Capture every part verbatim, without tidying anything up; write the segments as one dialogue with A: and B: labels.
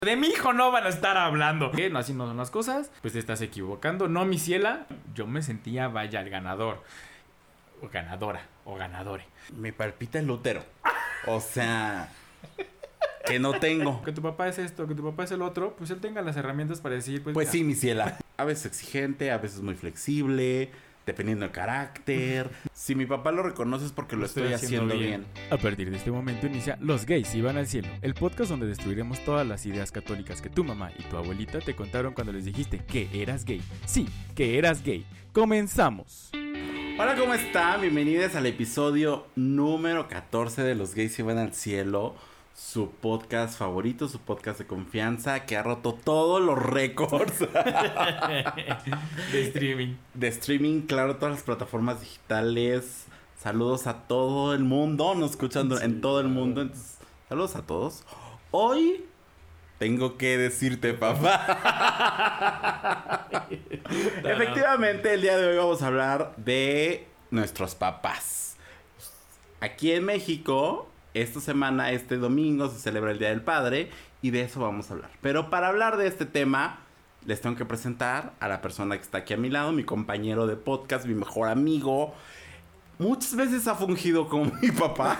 A: De mi hijo no van a estar hablando. ¿Qué? No, así no son las cosas. Pues te estás equivocando. No, mi ciela. Yo me sentía, vaya, el ganador. O ganadora. O ganadore.
B: Me palpita el útero. O sea... que no tengo.
A: Que tu papá es esto, que tu papá es el otro. Pues él tenga las herramientas para decir... Pues,
B: pues
A: ya.
B: sí, mi ciela. A veces exigente, a veces muy flexible... dependiendo del carácter. Si mi papá lo reconoce es porque lo, lo estoy, estoy haciendo, haciendo bien.
A: bien. A partir de este momento inicia Los Gays Iban al Cielo, el podcast donde destruiremos todas las ideas católicas que tu mamá y tu abuelita te contaron cuando les dijiste que eras gay. Sí, que eras gay. ¡Comenzamos!
B: Hola, ¿cómo están? Bienvenidos al episodio número catorce de Los Gays Iban al Cielo. Su podcast favorito, su podcast de confianza que ha roto todos los récords
A: de streaming.
B: De streaming, claro, todas las plataformas digitales. Saludos a todo el mundo, nos escuchan sí, en todo el mundo. Entonces, saludos a todos. Hoy tengo que decirte, papá. Efectivamente, el día de hoy vamos a hablar de nuestros papás. Aquí en México... esta semana, este domingo, se celebra el Día del Padre y de eso vamos a hablar. Pero para hablar de este tema, les tengo que presentar a la persona que está aquí a mi lado, mi compañero de podcast, mi mejor amigo. Muchas veces ha fungido como mi papá.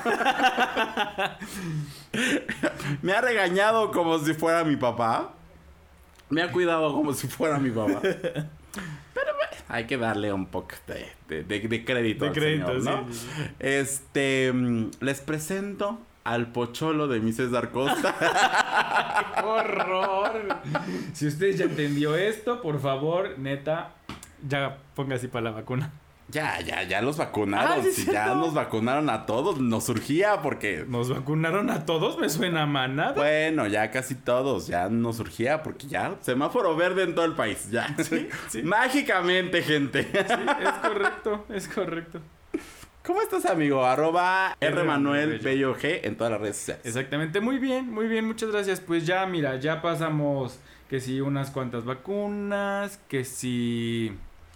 B: Me ha regañado como si fuera mi papá. Me ha cuidado como si fuera mi papá. Pero bueno, hay que darle un poco de, de, de, de crédito.
A: De
B: al
A: crédito,
B: señor, ¿no?
A: sí, sí, sí.
B: Este, les presento al pocholo de mi César Costa.
A: ¡Qué horror! Si usted ya entendió esto, por favor, neta, ya ponga así para la vacuna.
B: Ya, ya, ya los vacunaron.
A: Ah, ¿sí
B: si
A: cierto?
B: ya nos vacunaron a todos, nos surgía porque...
A: ¿Nos vacunaron a todos? Me suena a manada.
B: Bueno, ya casi todos, ya nos surgía porque ya semáforo verde en todo el país, ya.
A: Sí, sí.
B: Mágicamente, gente.
A: Sí, es correcto, es correcto.
B: ¿Cómo estás, amigo? Arroba
A: R.
B: Manuel Bello G en todas las redes sociales.
A: Exactamente, muy bien, muy bien, muchas gracias. Pues ya, mira, ya pasamos que si unas cuantas vacunas, que si...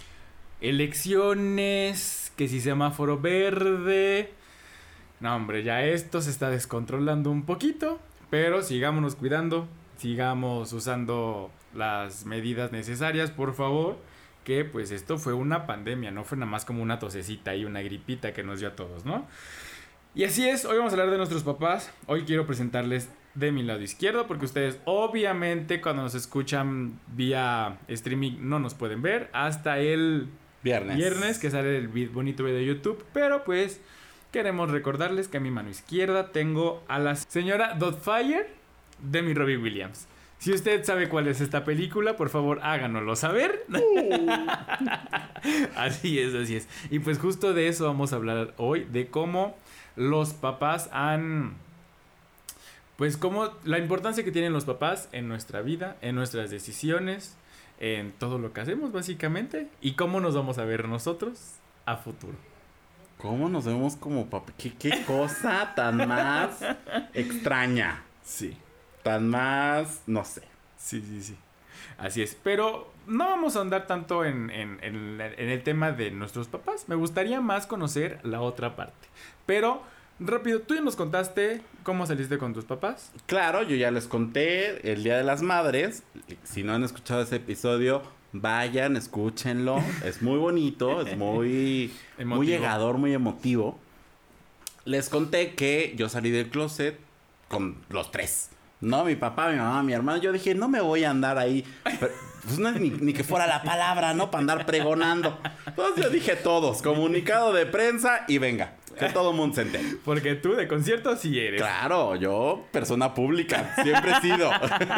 A: elecciones, que si semáforo verde. No, hombre, ya esto se está descontrolando un poquito, pero sigámonos cuidando, sigamos usando las medidas necesarias, por favor, que pues esto fue una pandemia, no fue nada más como una tosecita y una gripita que nos dio a todos, ¿no? Y así es, hoy vamos a hablar de nuestros papás. Hoy quiero presentarles de mi lado izquierdo, porque ustedes obviamente cuando nos escuchan vía streaming no nos pueden ver hasta el
B: Viernes.
A: Viernes, que sale el bonito video de YouTube. Pero pues queremos recordarles que a mi mano izquierda tengo a la señora Doubtfire de mi Robbie Williams. Si usted sabe cuál es esta película, por favor háganoslo saber. Uh. Así es, así es. Y pues justo de eso vamos a hablar hoy, de cómo los papás han... pues cómo la importancia que tienen los papás en nuestra vida, en nuestras decisiones, en todo lo que hacemos básicamente, y cómo nos vamos a ver nosotros a futuro.
B: ¿Cómo nos vemos como papá? ¿Qué, qué cosa tan más extraña?
A: Sí.
B: Tan más, no sé.
A: Sí, sí, sí. Así es, pero no vamos a andar tanto en, en, en, en el tema de nuestros papás. Me gustaría más conocer la otra parte. Pero... rápido, tú ya nos contaste cómo saliste con tus papás.
B: Claro, yo ya les conté el Día de las Madres. Si no han escuchado ese episodio, vayan, escúchenlo. Es muy bonito, es muy, muy llegador, muy emotivo. Les conté que yo salí del closet con los tres. No, mi papá, mi mamá, mi hermano. Yo dije, no me voy a andar ahí. Pero, pues no es ni, ni que fuera la palabra, ¿no? Para andar pregonando. Entonces yo dije todos, comunicado de prensa y venga. Que todo el mundo se entere.
A: Porque tú de concierto sí eres.
B: Claro, yo persona pública, siempre he sido.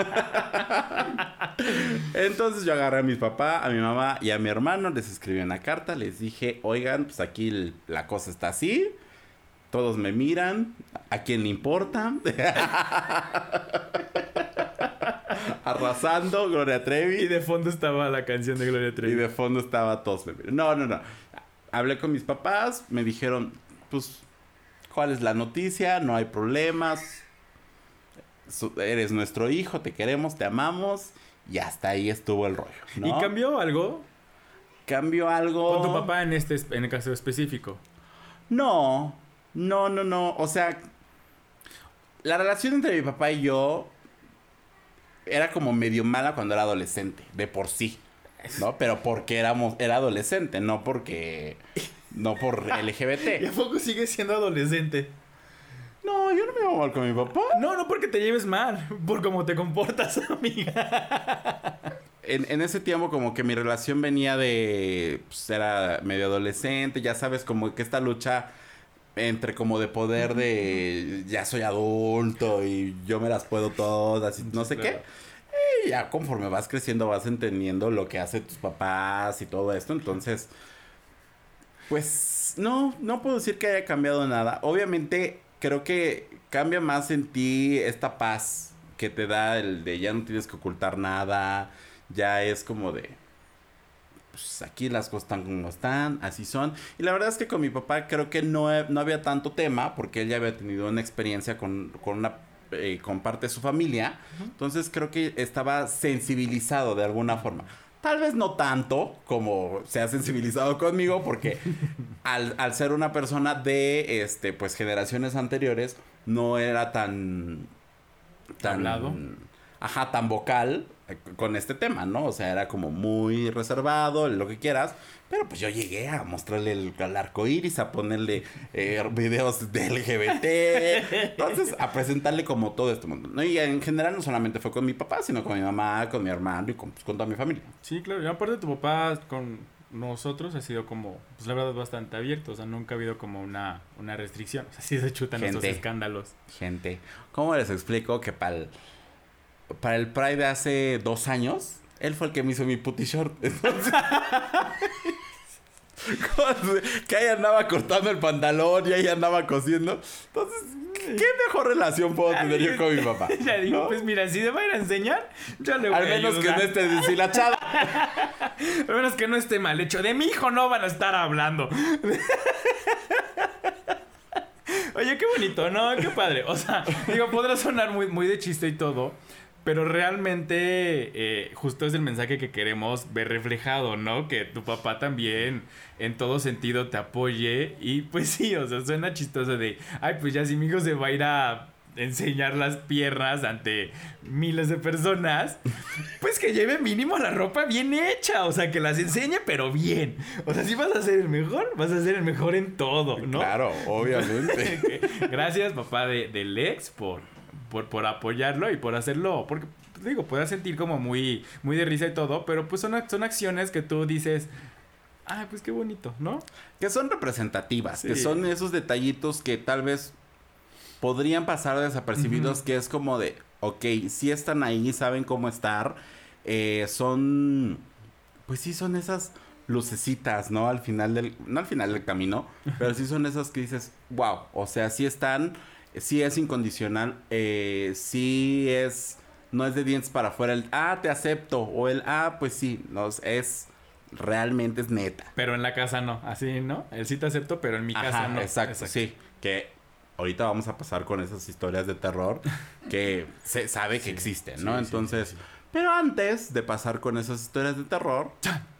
B: Entonces yo agarré a mis papás, a mi mamá y a mi hermano, les escribí una carta, les dije, oigan, pues aquí el, la cosa está así, todos me miran, ¿a quién le importa? Arrasando, Gloria Trevi.
A: Y de fondo estaba la canción de Gloria Trevi.
B: Y de fondo estaba todos me miran. No, no, no. Hablé con mis papás, me dijeron... pues, ¿cuál es la noticia? No hay problemas. Eres nuestro hijo, te queremos, te amamos. Y hasta ahí estuvo el rollo, ¿no?
A: ¿Y cambió algo?
B: ¿Cambió algo?
A: Con tu papá en este en el caso específico.
B: No, no, no, no. O sea, la relación entre mi papá y yo era como medio mala cuando era adolescente, de por sí, ¿no? Pero porque éramos, era adolescente, no porque, no por L G B T.
A: ¿Y a poco sigues siendo adolescente?
B: No, yo no me llevo mal con mi papá.
A: No, no porque te lleves mal, por cómo te comportas, amiga.
B: En, en ese tiempo como que mi relación venía de, pues era medio adolescente, ya sabes, como que esta lucha entre como de poder de ya soy adulto y yo me las puedo todas y no sé claro. qué. Y ya conforme vas creciendo vas entendiendo lo que hacen tus papás y todo esto, entonces pues no, no puedo decir que haya cambiado nada. Obviamente creo que cambia más en ti esta paz que te da el de ya no tienes que ocultar nada, ya es como de pues aquí las cosas están como están, así son. Y la verdad es que con mi papá creo que no, no había tanto tema porque él ya había tenido una experiencia con, con una eh, con parte de su familia. Uh-huh. Entonces creo que estaba sensibilizado de alguna forma. Tal vez no tanto como se ha sensibilizado conmigo porque al, al ser una persona de este pues generaciones anteriores no era tan tan
A: hablado.
B: Ajá, tan vocal con este tema, ¿no? O sea, era como muy reservado, lo que quieras. Pero pues yo llegué a mostrarle el, el arco iris, a ponerle eh, videos de L G B T. Entonces, a presentarle como todo este mundo, ¿no? Y en general no solamente fue con mi papá, sino con mi mamá, con mi hermano y con, pues, con toda mi familia.
A: Sí, claro. Y aparte tu papá con nosotros ha sido como, pues la verdad, bastante abierto. O sea, nunca ha habido como una, una restricción. O sea, sí se chutan
B: gente,
A: estos escándalos.
B: Gente, ¿cómo les explico que para el... Para el Pride de hace dos años, él fue el que me hizo mi puti short. Entonces, que ahí andaba cortando el pantalón y ahí andaba cosiendo. Entonces, ¿qué mejor relación puedo tener yo con mi papá?
A: Ya digo, ¿no? Pues mira, si te va a ir a enseñar, yo le voy a
B: Al menos
A: ayudar.
B: que no esté deshilachado.
A: Al menos que no esté mal hecho. De mi hijo no van a estar hablando. Oye, qué bonito, ¿no? Qué padre. O sea, digo, podrá sonar muy, muy de chiste y todo. Pero realmente, eh, justo es el mensaje que queremos ver reflejado, ¿no? Que tu papá también, en todo sentido, te apoye. Y pues sí, o sea, suena chistoso de... Ay, pues ya si mi hijo se va a ir a enseñar las piernas ante miles de personas, pues que lleve mínimo la ropa bien hecha. O sea, que las enseñe, pero bien. O sea, si vas a ser el mejor, vas a ser el mejor en todo, ¿no?
B: Claro, obviamente.
A: Gracias, papá de, de Lex, por... Por, por apoyarlo y por hacerlo, porque digo, puedes sentir como muy, muy de risa y todo, pero pues son, son acciones que tú dices, ay, pues qué bonito, ¿no?
B: Que son representativas,
A: Sí.
B: que son esos detallitos que tal vez podrían pasar desapercibidos, uh-huh. Que es como de, ok, sí están ahí, saben cómo estar, eh, son, pues sí son esas lucecitas, ¿no? Al final del, no al final del camino, pero sí son esas que dices, wow, o sea, sí están... Sí es incondicional, eh, sí es, no es de dientes para afuera el, ah, te acepto, o el, ah, pues sí, no, es, realmente es neta.
A: Pero en la casa no, así, ¿no? El sí te acepto, pero en mi casa
B: Ajá,
A: no.
B: Exacto, exacto, sí, que ahorita vamos a pasar con esas historias de terror que se sabe que sí, existen, ¿no? Sí, Entonces, sí, sí, sí. Pero antes de pasar con esas historias de terror,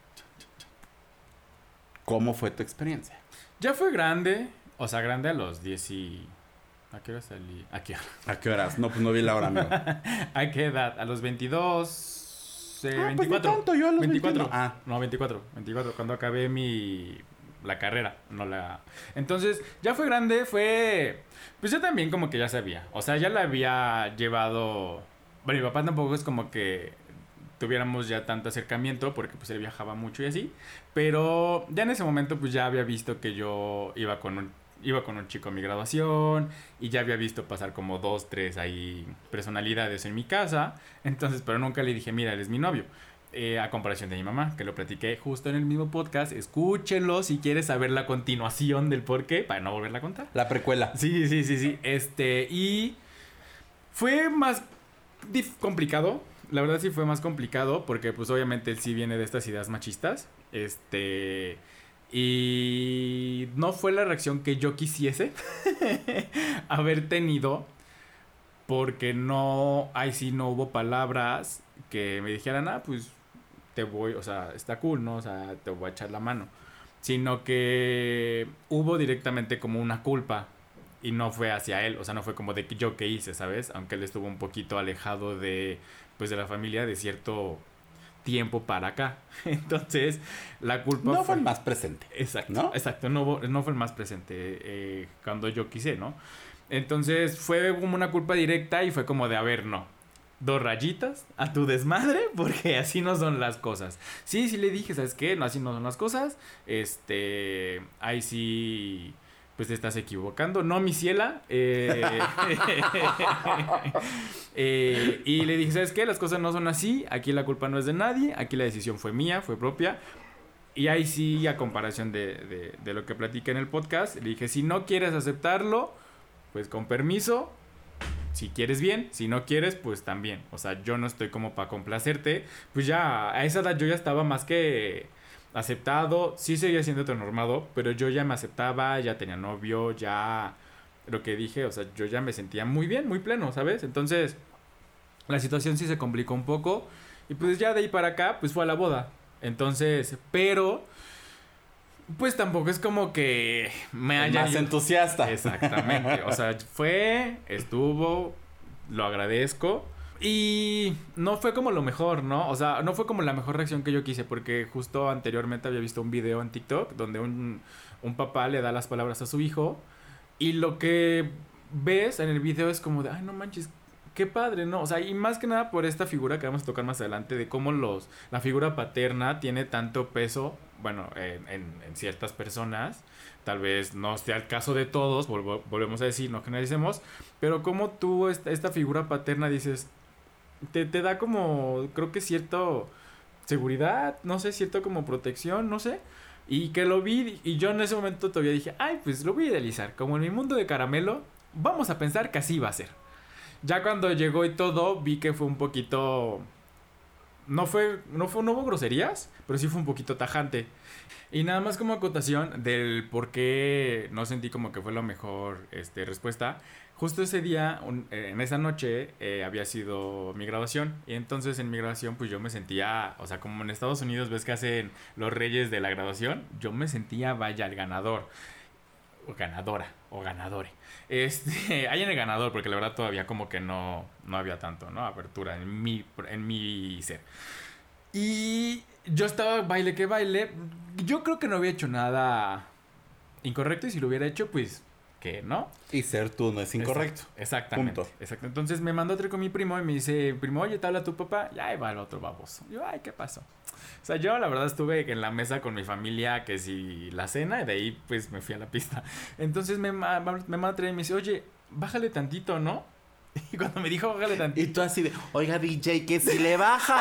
B: ¿cómo fue tu experiencia?
A: Ya fue grande, o sea, grande a los diez y... ¿A qué hora salí? ¿A qué hora?
B: ¿A qué horas? No, pues no vi la hora, amigo.
A: ¿A qué edad? A los veintidós... Eh,
B: ah,
A: veinticuatro.
B: Pues tanto, yo a los
A: veinticuatro.
B: veintiuno. Ah.
A: No, veinticuatro. veinticuatro, cuando acabé mi... La carrera, no la... Entonces, ya fue grande, fue... Pues yo también como que ya sabía. O sea, ya la había llevado... Bueno, mi papá tampoco es como que tuviéramos ya tanto acercamiento porque pues él viajaba mucho y así. Pero ya en ese momento pues ya había visto que yo iba con un... Iba con un chico a mi graduación y ya había visto pasar como dos, tres ahí personalidades en mi casa. Entonces, pero nunca le dije, mira, él es mi novio. Eh, a comparación de mi mamá, que lo platiqué justo en el mismo podcast. Escúchenlo si quieres saber la continuación del por qué, para no volverla a contar.
B: La precuela.
A: Sí, sí, sí, sí. Este, y fue más dif- complicado. La verdad sí fue más complicado porque pues obviamente él sí viene de estas ideas machistas. Este... Y no fue la reacción que yo quisiese haber tenido, porque no, ahí sí no hubo palabras que me dijeran, ah, pues te voy, o sea, está cool, ¿no? O sea, te voy a echar la mano. Sino que hubo directamente como una culpa y no fue hacia él, o sea, no fue como de que yo qué hice, ¿sabes? Aunque él estuvo un poquito alejado de, pues, de la familia de cierto tiempo para acá. Entonces, la culpa
B: no fue,
A: fue
B: el más presente.
A: Exacto,
B: ¿no?
A: Exacto, no, no fue el más presente eh, cuando yo quise, ¿no? Entonces, fue como una culpa directa y fue como de, a ver, no. Dos rayitas a tu desmadre, porque así no son las cosas. Sí, sí le dije, ¿sabes qué? No, así no son las cosas. Este, ahí sí, pues te estás equivocando. No, mi ciela. Eh, eh, y le dije, ¿sabes qué? Las cosas no son así. Aquí la culpa no es de nadie. Aquí la decisión fue mía, fue propia. Y ahí sí, a comparación de, de, de lo que platiqué en el podcast, le dije, si no quieres aceptarlo, pues con permiso. Si quieres bien, si no quieres, pues también. O sea, yo no estoy como para complacerte. Pues ya, a esa edad yo ya estaba más que aceptado. Sí seguía siendo heteronormado, pero yo ya me aceptaba, ya tenía novio, ya... Lo que dije, o sea, yo ya me sentía muy bien, muy pleno, ¿sabes? Entonces, la situación sí se complicó un poco. Y pues ya de ahí para acá, pues fue a la boda. Entonces, pero... Pues tampoco es como que me haya...
B: Más entusiasta.
A: Exactamente. O sea, fue, estuvo, lo agradezco. Y no fue como lo mejor, ¿no? O sea, no fue como la mejor reacción que yo quise. Porque justo anteriormente había visto un video en TikTok donde un, un papá le da las palabras a su hijo. Y lo que ves en el video es como de, ay, no manches, qué padre, ¿no? O sea, y más que nada por esta figura que vamos a tocar más adelante, de cómo los la figura paterna tiene tanto peso, bueno, en, en, en ciertas personas, tal vez no sea el caso de todos, vol- volvemos a decir, no generalicemos, pero cómo tú, esta, esta figura paterna, dices, te, te da como, creo que cierto seguridad, no sé, cierto como protección, no sé, y que lo vi, y yo en ese momento todavía dije, ay, pues lo voy a idealizar, como en mi mundo de caramelo, vamos a pensar que así va a ser. Ya cuando llegó y todo, vi que fue un poquito... No fue, no fue, no hubo groserías, pero sí fue un poquito tajante. Y nada más como acotación del por qué no sentí como que fue la mejor este, respuesta. Justo ese día, un, eh, en esa noche, eh, había sido mi graduación. Y entonces en mi graduación, pues yo me sentía, o sea, como en Estados Unidos ves que hacen los reyes de la graduación, yo me sentía, vaya, el ganador. O ganadora, o ganadore. Este, hay en el ganador, porque la verdad todavía como que no, no había tanto, ¿no? Apertura en mi, en mi ser. Y yo estaba baile que baile. Yo creo que no había hecho nada incorrecto, y si lo hubiera hecho, pues, que no.
B: Y ser tú no es incorrecto.
A: Exacto, exactamente.
B: Punto.
A: Exacto. Entonces me mandó otro con mi primo y me dice, primo, oye, ¿te habla tu papá? Y ahí va el otro baboso. Yo, ay, ¿qué pasó? O sea, yo la verdad estuve en la mesa con mi familia, que si la cena, y de ahí pues me fui a la pista. Entonces me, me manda a traer y me dice, oye, bájale tantito, ¿no? Y cuando me dijo, bájale tantito.
B: Y tú así de, oiga, D J, que si le baja.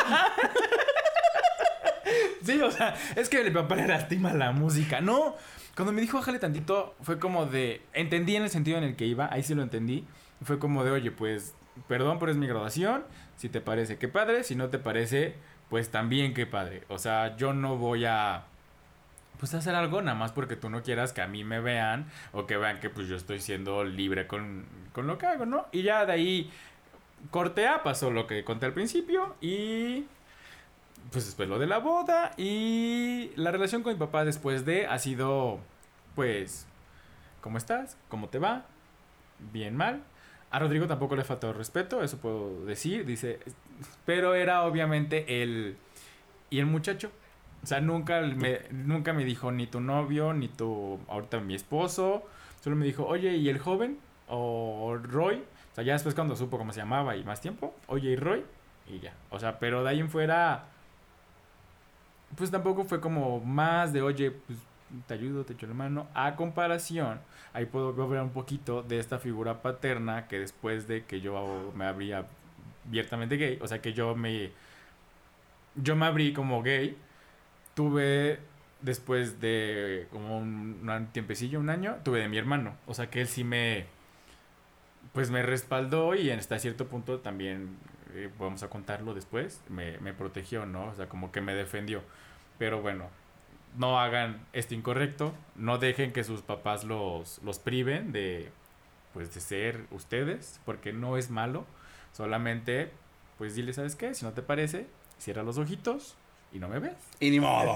A: Sí, o sea, es que a mi papá le lastima la música. No, cuando me dijo, bájale tantito, fue como de, entendí en el sentido en el que iba, ahí sí lo entendí. Fue como de, oye, pues, perdón, pero es mi graduación. Si te parece, qué padre. Si no te parece, pues también qué padre. O sea, yo no voy a, pues, hacer algo nada más porque tú no quieras que a mí me vean o que vean que pues yo estoy siendo libre con, con lo que hago, ¿no? Y ya de ahí corté A, pasó lo que conté al principio y pues después lo de la boda y la relación con mi papá después de ha sido, pues, ¿cómo estás? ¿Cómo te va? Bien, mal. A Rodrigo tampoco le faltó respeto, eso puedo decir, dice, pero era obviamente el y el muchacho, o sea, nunca me nunca me dijo ni tu novio ni tu ahorita mi esposo, solo me dijo, "Oye, ¿y el joven?" o Roy, o sea, ya después cuando supo cómo se llamaba y más tiempo, "Oye, ¿y Roy?" y ya. O sea, pero de ahí en fuera pues tampoco fue como más de, "Oye, pues te ayudo, te echo la mano", a comparación, ahí puedo ver un poquito de esta figura paterna que después de que yo me abría abiertamente gay, o sea que yo me yo me abrí como gay, tuve después de como un, un tiempecillo, un año, tuve de mi hermano, o sea que él sí me pues me respaldó y hasta cierto punto también, eh, vamos a contarlo después, me, me protegió, ¿no? O sea, como que me defendió. Pero bueno, no hagan esto incorrecto, no dejen que sus papás los, los priven de, pues, de ser ustedes, porque no es malo, solamente, pues dile, ¿sabes qué? Si no te parece, cierra los ojitos y no me ves.
B: Y ni modo.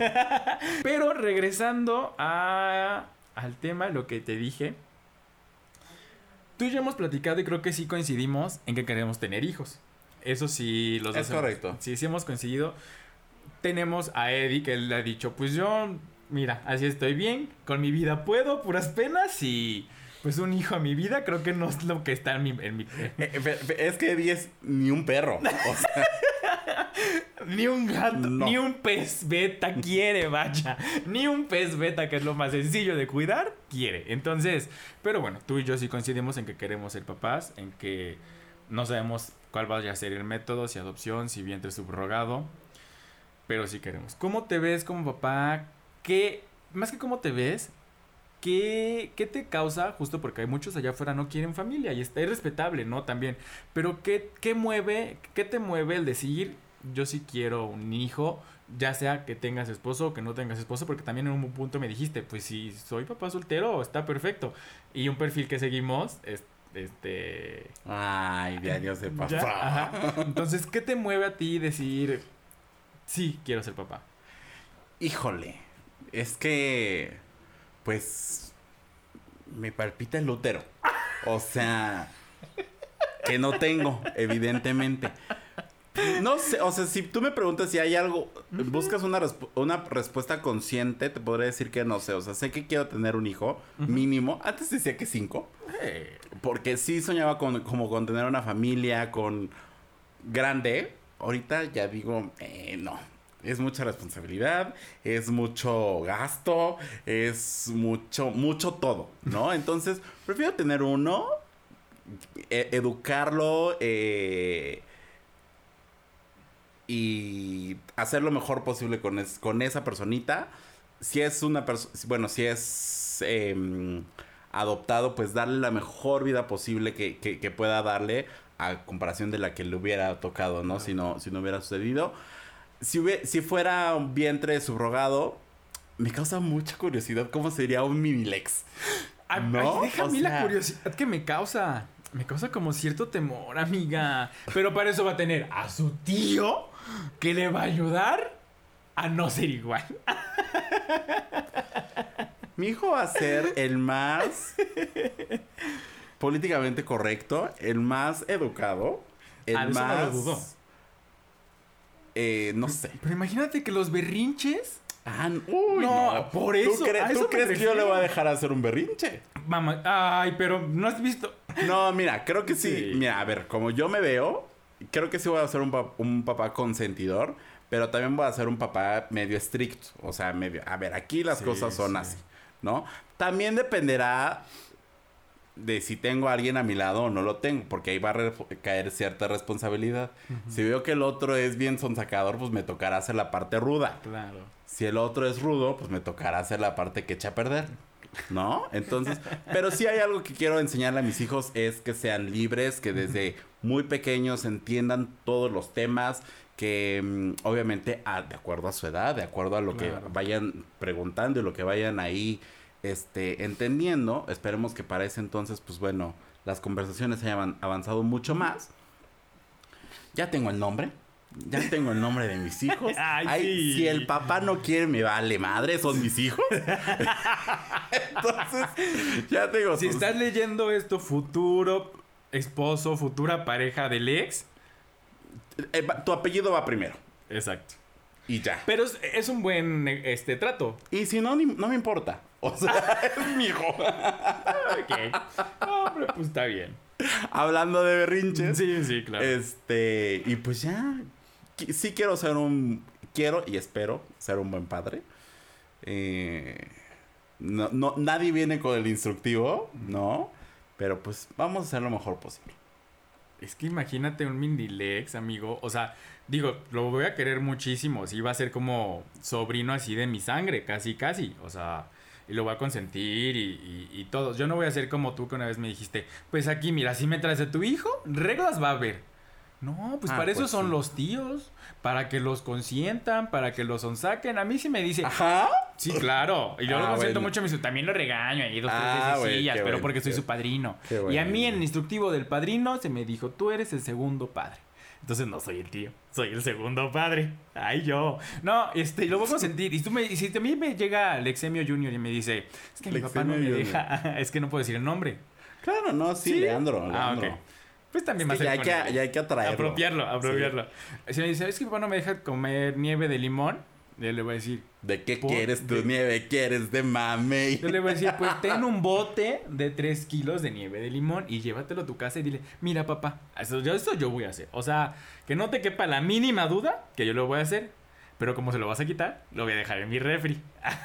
A: Pero regresando a, al tema, lo que te dije, tú y yo hemos platicado y creo que sí coincidimos en que queremos tener hijos. Eso sí, los dos.
B: Es correcto.
A: Hemos, sí, sí hemos coincidido. Tenemos a Eddie, que él le ha dicho, pues yo, mira, así estoy bien, con mi vida puedo, puras penas y... Pues un hijo a mi vida creo que no es lo que está en mi... En mi...
B: Es que Eddie es ni un perro. O sea...
A: Ni un gato, no. Ni un pez beta quiere, vaya. Ni un pez beta, que es lo más sencillo de cuidar, quiere. Entonces, pero bueno, tú y yo sí coincidimos en que queremos ser papás, en que no sabemos cuál vaya a ser el método, si adopción, si vientre subrogado, pero sí queremos. ¿Cómo te ves como papá? ¿Qué, más que cómo te ves, qué, qué te causa? Justo porque hay muchos allá afuera no quieren familia y está, es respetable, ¿no? También. Pero ¿qué, qué mueve, qué te mueve el decir... Yo sí quiero un hijo, ya sea que tengas esposo o que no tengas esposo, porque también en un punto me dijiste, pues si soy papá soltero, está perfecto. Y un perfil que seguimos, es, este...
B: Ay, diarios de papá.
A: Ajá. Entonces, ¿qué te mueve a ti decir, sí, quiero ser papá?
B: Híjole, es que, pues, me palpita el útero. O sea, que no tengo, evidentemente. No sé, o sea, si tú me preguntas si hay algo, uh-huh. buscas una, resp- una respuesta consciente, te podría decir que no sé. O sea, sé que quiero tener un hijo, uh-huh. mínimo. Antes decía que cinco. Hey. Porque sí soñaba con, como con tener una familia, con grande. Ahorita ya digo, eh, no. Es mucha responsabilidad, es mucho gasto, es mucho, mucho todo, ¿no? Entonces, prefiero tener uno, e- educarlo, eh... y hacer lo mejor posible con, es, con esa personita. Si es una persona, bueno, si es eh, adoptado, pues darle la mejor vida posible que, que, que pueda darle a comparación de la que le hubiera tocado, ¿no? Si no, si no hubiera sucedido. Si, hubiera, si fuera un vientre subrogado, me causa mucha curiosidad cómo sería un mini Lex.
A: ¿No? Ay, deja a mí sea... la curiosidad que me causa. Me causa como cierto temor, amiga. Pero para eso va a tener a su tío que le va a ayudar a no ser igual.
B: Mi hijo va a ser el más políticamente correcto, el más educado, el
A: ah,
B: más...
A: No lo dudo.
B: Eh, no sé.
A: Pero imagínate que los berrinches...
B: Ah, uy, no,
A: no, por eso.
B: ¿Tú, cre- ¿tú crees que yo le voy a dejar hacer un berrinche?
A: Mamá, ay, pero no has visto.
B: No, mira, creo que sí. sí. Mira, a ver, como yo me veo, creo que sí voy a ser un, pa- un papá consentidor, pero también voy a ser un papá medio estricto. O sea, medio. A ver, aquí las sí, cosas son sí. así, ¿no? También dependerá de si tengo a alguien a mi lado o no lo tengo, porque ahí va a re- caer cierta responsabilidad. Uh-huh. Si veo que el otro es bien sonsacador, pues me tocará hacer la parte ruda.
A: Claro.
B: Si el otro es rudo, pues me tocará hacer la parte que echa a perder, ¿no? Entonces, pero sí hay algo que quiero enseñarle a mis hijos, es que sean libres, que desde muy pequeños entiendan todos los temas, que um, obviamente a, de acuerdo a su edad, de acuerdo a lo claro. que vayan preguntando y lo que vayan ahí este, entendiendo. Esperemos que para ese entonces, pues bueno, las conversaciones hayan avanzado mucho más. Ya tengo el nombre. Ya tengo el nombre de mis hijos.
A: Ay,
B: Ay,
A: sí.
B: Si el papá no quiere, me vale madre, son mis hijos. Entonces, ya tengo.
A: Si tus... estás leyendo esto, futuro esposo, futura pareja del ex.
B: Eh, tu apellido va primero.
A: Exacto.
B: Y ya.
A: Pero es, es un buen este trato.
B: Y si no, ni, no me importa. O sea, es mi hijo.
A: Ok. Hombre, pues está bien.
B: Hablando de berrinches.
A: Sí, sí, claro.
B: Este, y pues ya. Sí quiero ser un... Quiero y espero ser un buen padre. Eh, no, no, nadie viene con el instructivo, ¿no? Pero pues vamos a hacer lo mejor posible.
A: Es que imagínate un mini Lex, amigo. O sea, digo, lo voy a querer muchísimo. Sí, va a ser como sobrino así de mi sangre, casi, casi. O sea... Y lo voy a consentir y, y, y todo. Yo no voy a ser como tú que una vez me dijiste, pues aquí, mira, si me traes a tu hijo, reglas va a haber. No, pues ah, para pues eso son sí. los tíos. Para que los consientan, para que los sonsaquen. A mí sí me dice...
B: ¿Ajá?
A: Sí, claro. Y yo
B: ah,
A: lo consiento
B: bueno.
A: mucho. Me dice, también lo regaño ahí dos,
B: ah,
A: tres veces, pero
B: bueno,
A: porque
B: qué,
A: soy su padrino.
B: Bueno.
A: Y a mí en el instructivo del padrino se me dijo, tú eres el segundo padre. Entonces no soy el tío, soy el segundo padre. Ay, yo. No, este, lo voy a consentir. Y tú me, y si a mí me llega Lexemio Junior y me dice, es que mi papá no me deja, es que no puedo decir el nombre.
B: Claro, no, sí,
A: ¿Sí?
B: Leandro, Leandro.
A: Ah, ok. Pues también
B: Es
A: va a
B: que
A: ser
B: ya, hay
A: con
B: que,
A: él.
B: ya hay que atraerlo.
A: Apropiarlo, apropiarlo. Sí. Si me dice, es que papá no me deja comer nieve de limón, yo le voy a decir...
B: ¿De qué
A: ¿por?
B: quieres tu
A: de...
B: nieve? ¿Quieres de mame?
A: Yo le voy a decir, pues ten un bote de tres kilos de nieve de limón y llévatelo a tu casa y dile, mira papá, eso yo, eso yo voy a hacer. O sea, que no te quepa la mínima duda que yo lo voy a hacer. Pero como se lo vas a quitar, lo voy a dejar en mi refri.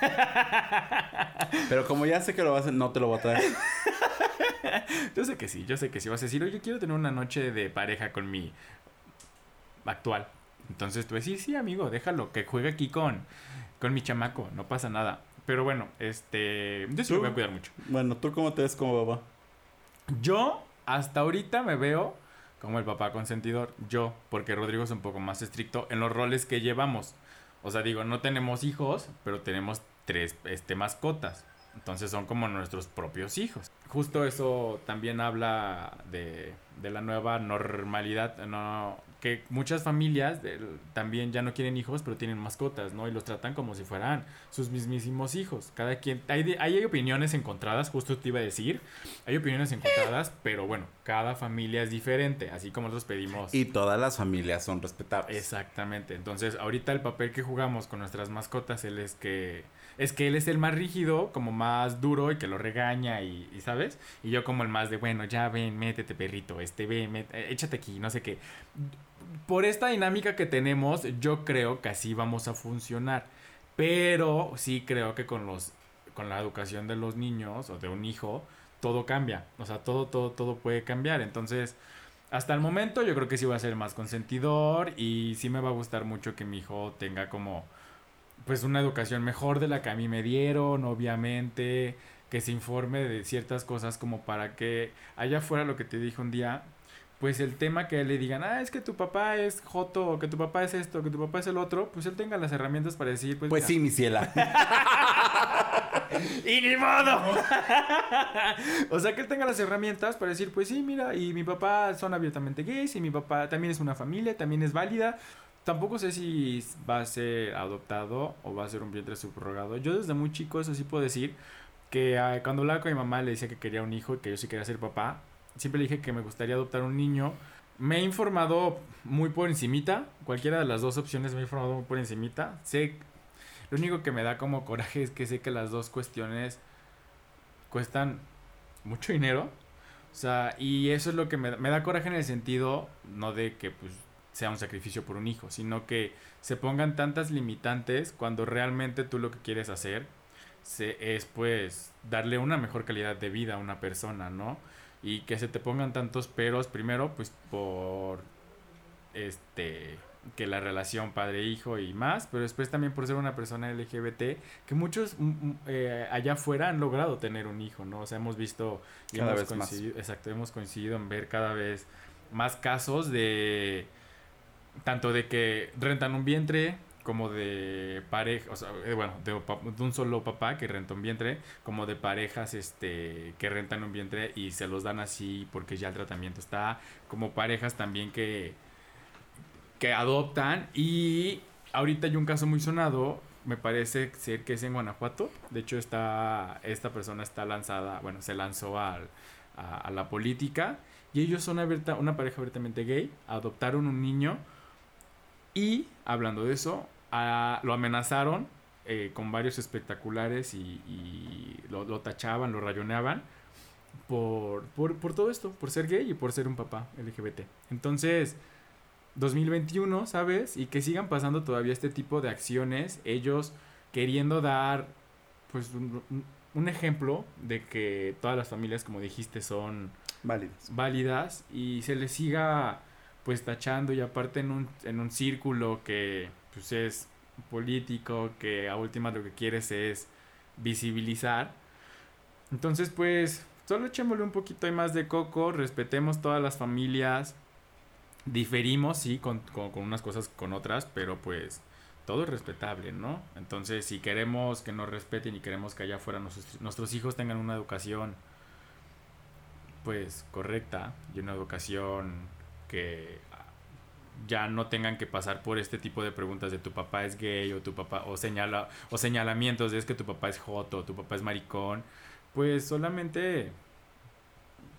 B: Pero como ya sé que lo vas a hacer, no te lo voy a traer.
A: Yo sé que sí, yo sé que sí. Vas a decir, oye, quiero tener una noche de pareja con mi actual. Entonces tú vas a decir, sí, amigo, déjalo, que juegue aquí con, con mi chamaco, no pasa nada. Pero bueno, este, yo sí lo voy a cuidar mucho.
B: Bueno, ¿tú cómo te ves como papá?
A: Yo, hasta ahorita me veo como el papá consentidor. Yo, porque Rodrigo es un poco más estricto en los roles que llevamos. O sea, digo, no tenemos hijos, pero tenemos tres este, mascotas. Entonces son como nuestros propios hijos. Justo eso también habla de, de la nueva normalidad, ¿no? Que muchas familias de, también ya no quieren hijos, pero tienen mascotas, ¿no? Y los tratan como si fueran sus mismísimos hijos. Cada quien... Hay, hay opiniones encontradas, justo te iba a decir. Hay opiniones encontradas, pero bueno, cada familia es diferente, así como nosotros pedimos...
B: Y todas las familias son respetables.
A: Exactamente. Entonces, ahorita el papel que jugamos con nuestras mascotas, él es que... Es que él es el más rígido, como más duro y que lo regaña y, y ¿sabes? Y yo como el más de, bueno, ya ven, métete perrito, este, ven, met, échate aquí, no sé qué. Por esta dinámica que tenemos, yo creo que así vamos a funcionar. Pero sí creo que con los con la educación de los niños o de un hijo, todo cambia. O sea, todo, todo, todo puede cambiar. Entonces, hasta el momento yo creo que sí voy a ser más consentidor y sí me va a gustar mucho que mi hijo tenga como... pues una educación mejor de la que a mí me dieron, obviamente, que se informe de ciertas cosas como para que allá afuera lo que te dije un día, pues el tema que le digan, ah, es que tu papá es joto, o que tu papá es esto, que tu papá es el otro, pues él tenga las herramientas para decir, pues...
B: Pues
A: mira,
B: sí, mi ciela.
A: ¡y ni modo! O sea, que él tenga las herramientas para decir, pues sí, mira, y mi papá son abiertamente gays, y mi papá también es una familia, también es válida. Tampoco sé si va a ser adoptado o va a ser un vientre subrogado. Yo desde muy chico, eso sí puedo decir, que uh, cuando hablaba con mi mamá le decía que quería un hijo y que yo sí quería ser papá. Siempre le dije que me gustaría adoptar un niño. Me he informado muy por encimita. Cualquiera de las dos opciones me he informado muy por encimita. Sé, lo único que me da como coraje es que sé que las dos cuestiones cuestan mucho dinero. O sea, y eso es lo que me da, me da coraje en el sentido, no de que pues sea un sacrificio por un hijo, sino que se pongan tantas limitantes cuando realmente tú lo que quieres hacer se, es pues darle una mejor calidad de vida a una persona, ¿no? Y que se te pongan tantos peros, primero pues por este que la relación padre-hijo y más, pero después también por ser una persona L G B T, que muchos eh, allá afuera han logrado tener un hijo, ¿no? O sea, hemos visto y
B: cada
A: hemos
B: vez
A: coincidido,
B: más.
A: exacto, hemos coincidido en ver cada vez más casos de tanto de que rentan un vientre como de pareja, o sea, eh, bueno, de, de un solo papá que renta un vientre, como de parejas este que rentan un vientre y se los dan así porque ya el tratamiento está, como parejas también que que adoptan. Y ahorita hay un caso muy sonado, me parece ser que es en Guanajuato. De hecho, está esta persona está lanzada, bueno, se lanzó al, a, a la política y ellos son abierta, una pareja abiertamente gay, adoptaron un niño y, hablando de eso, a, lo amenazaron eh, con varios espectaculares y, y lo, lo tachaban, lo rayoneaban por, por, por todo esto, por ser gay y por ser un papá L G B T. Entonces, dos mil veintiuno, ¿sabes? Y que sigan pasando todavía este tipo de acciones, ellos queriendo dar pues un, un ejemplo de que todas las familias, como dijiste, son
B: válidas.
A: válidas y se les siga pues tachando, y aparte en un, en un círculo que pues es político, que a últimas lo que quieres es visibilizar. Entonces pues solo echémosle un poquito ahí más de coco, respetemos todas las familias. Diferimos, sí, con, con, con unas cosas con otras, pero pues todo es respetable, ¿no? Entonces, si queremos que nos respeten y queremos que allá afuera nuestros, nuestros hijos tengan una educación, pues, correcta, y una educación que ya no tengan que pasar por este tipo de preguntas de tu papá es gay, o tu papá, o señala, o señalamientos de es que tu papá es joto, o tu papá es maricón, pues solamente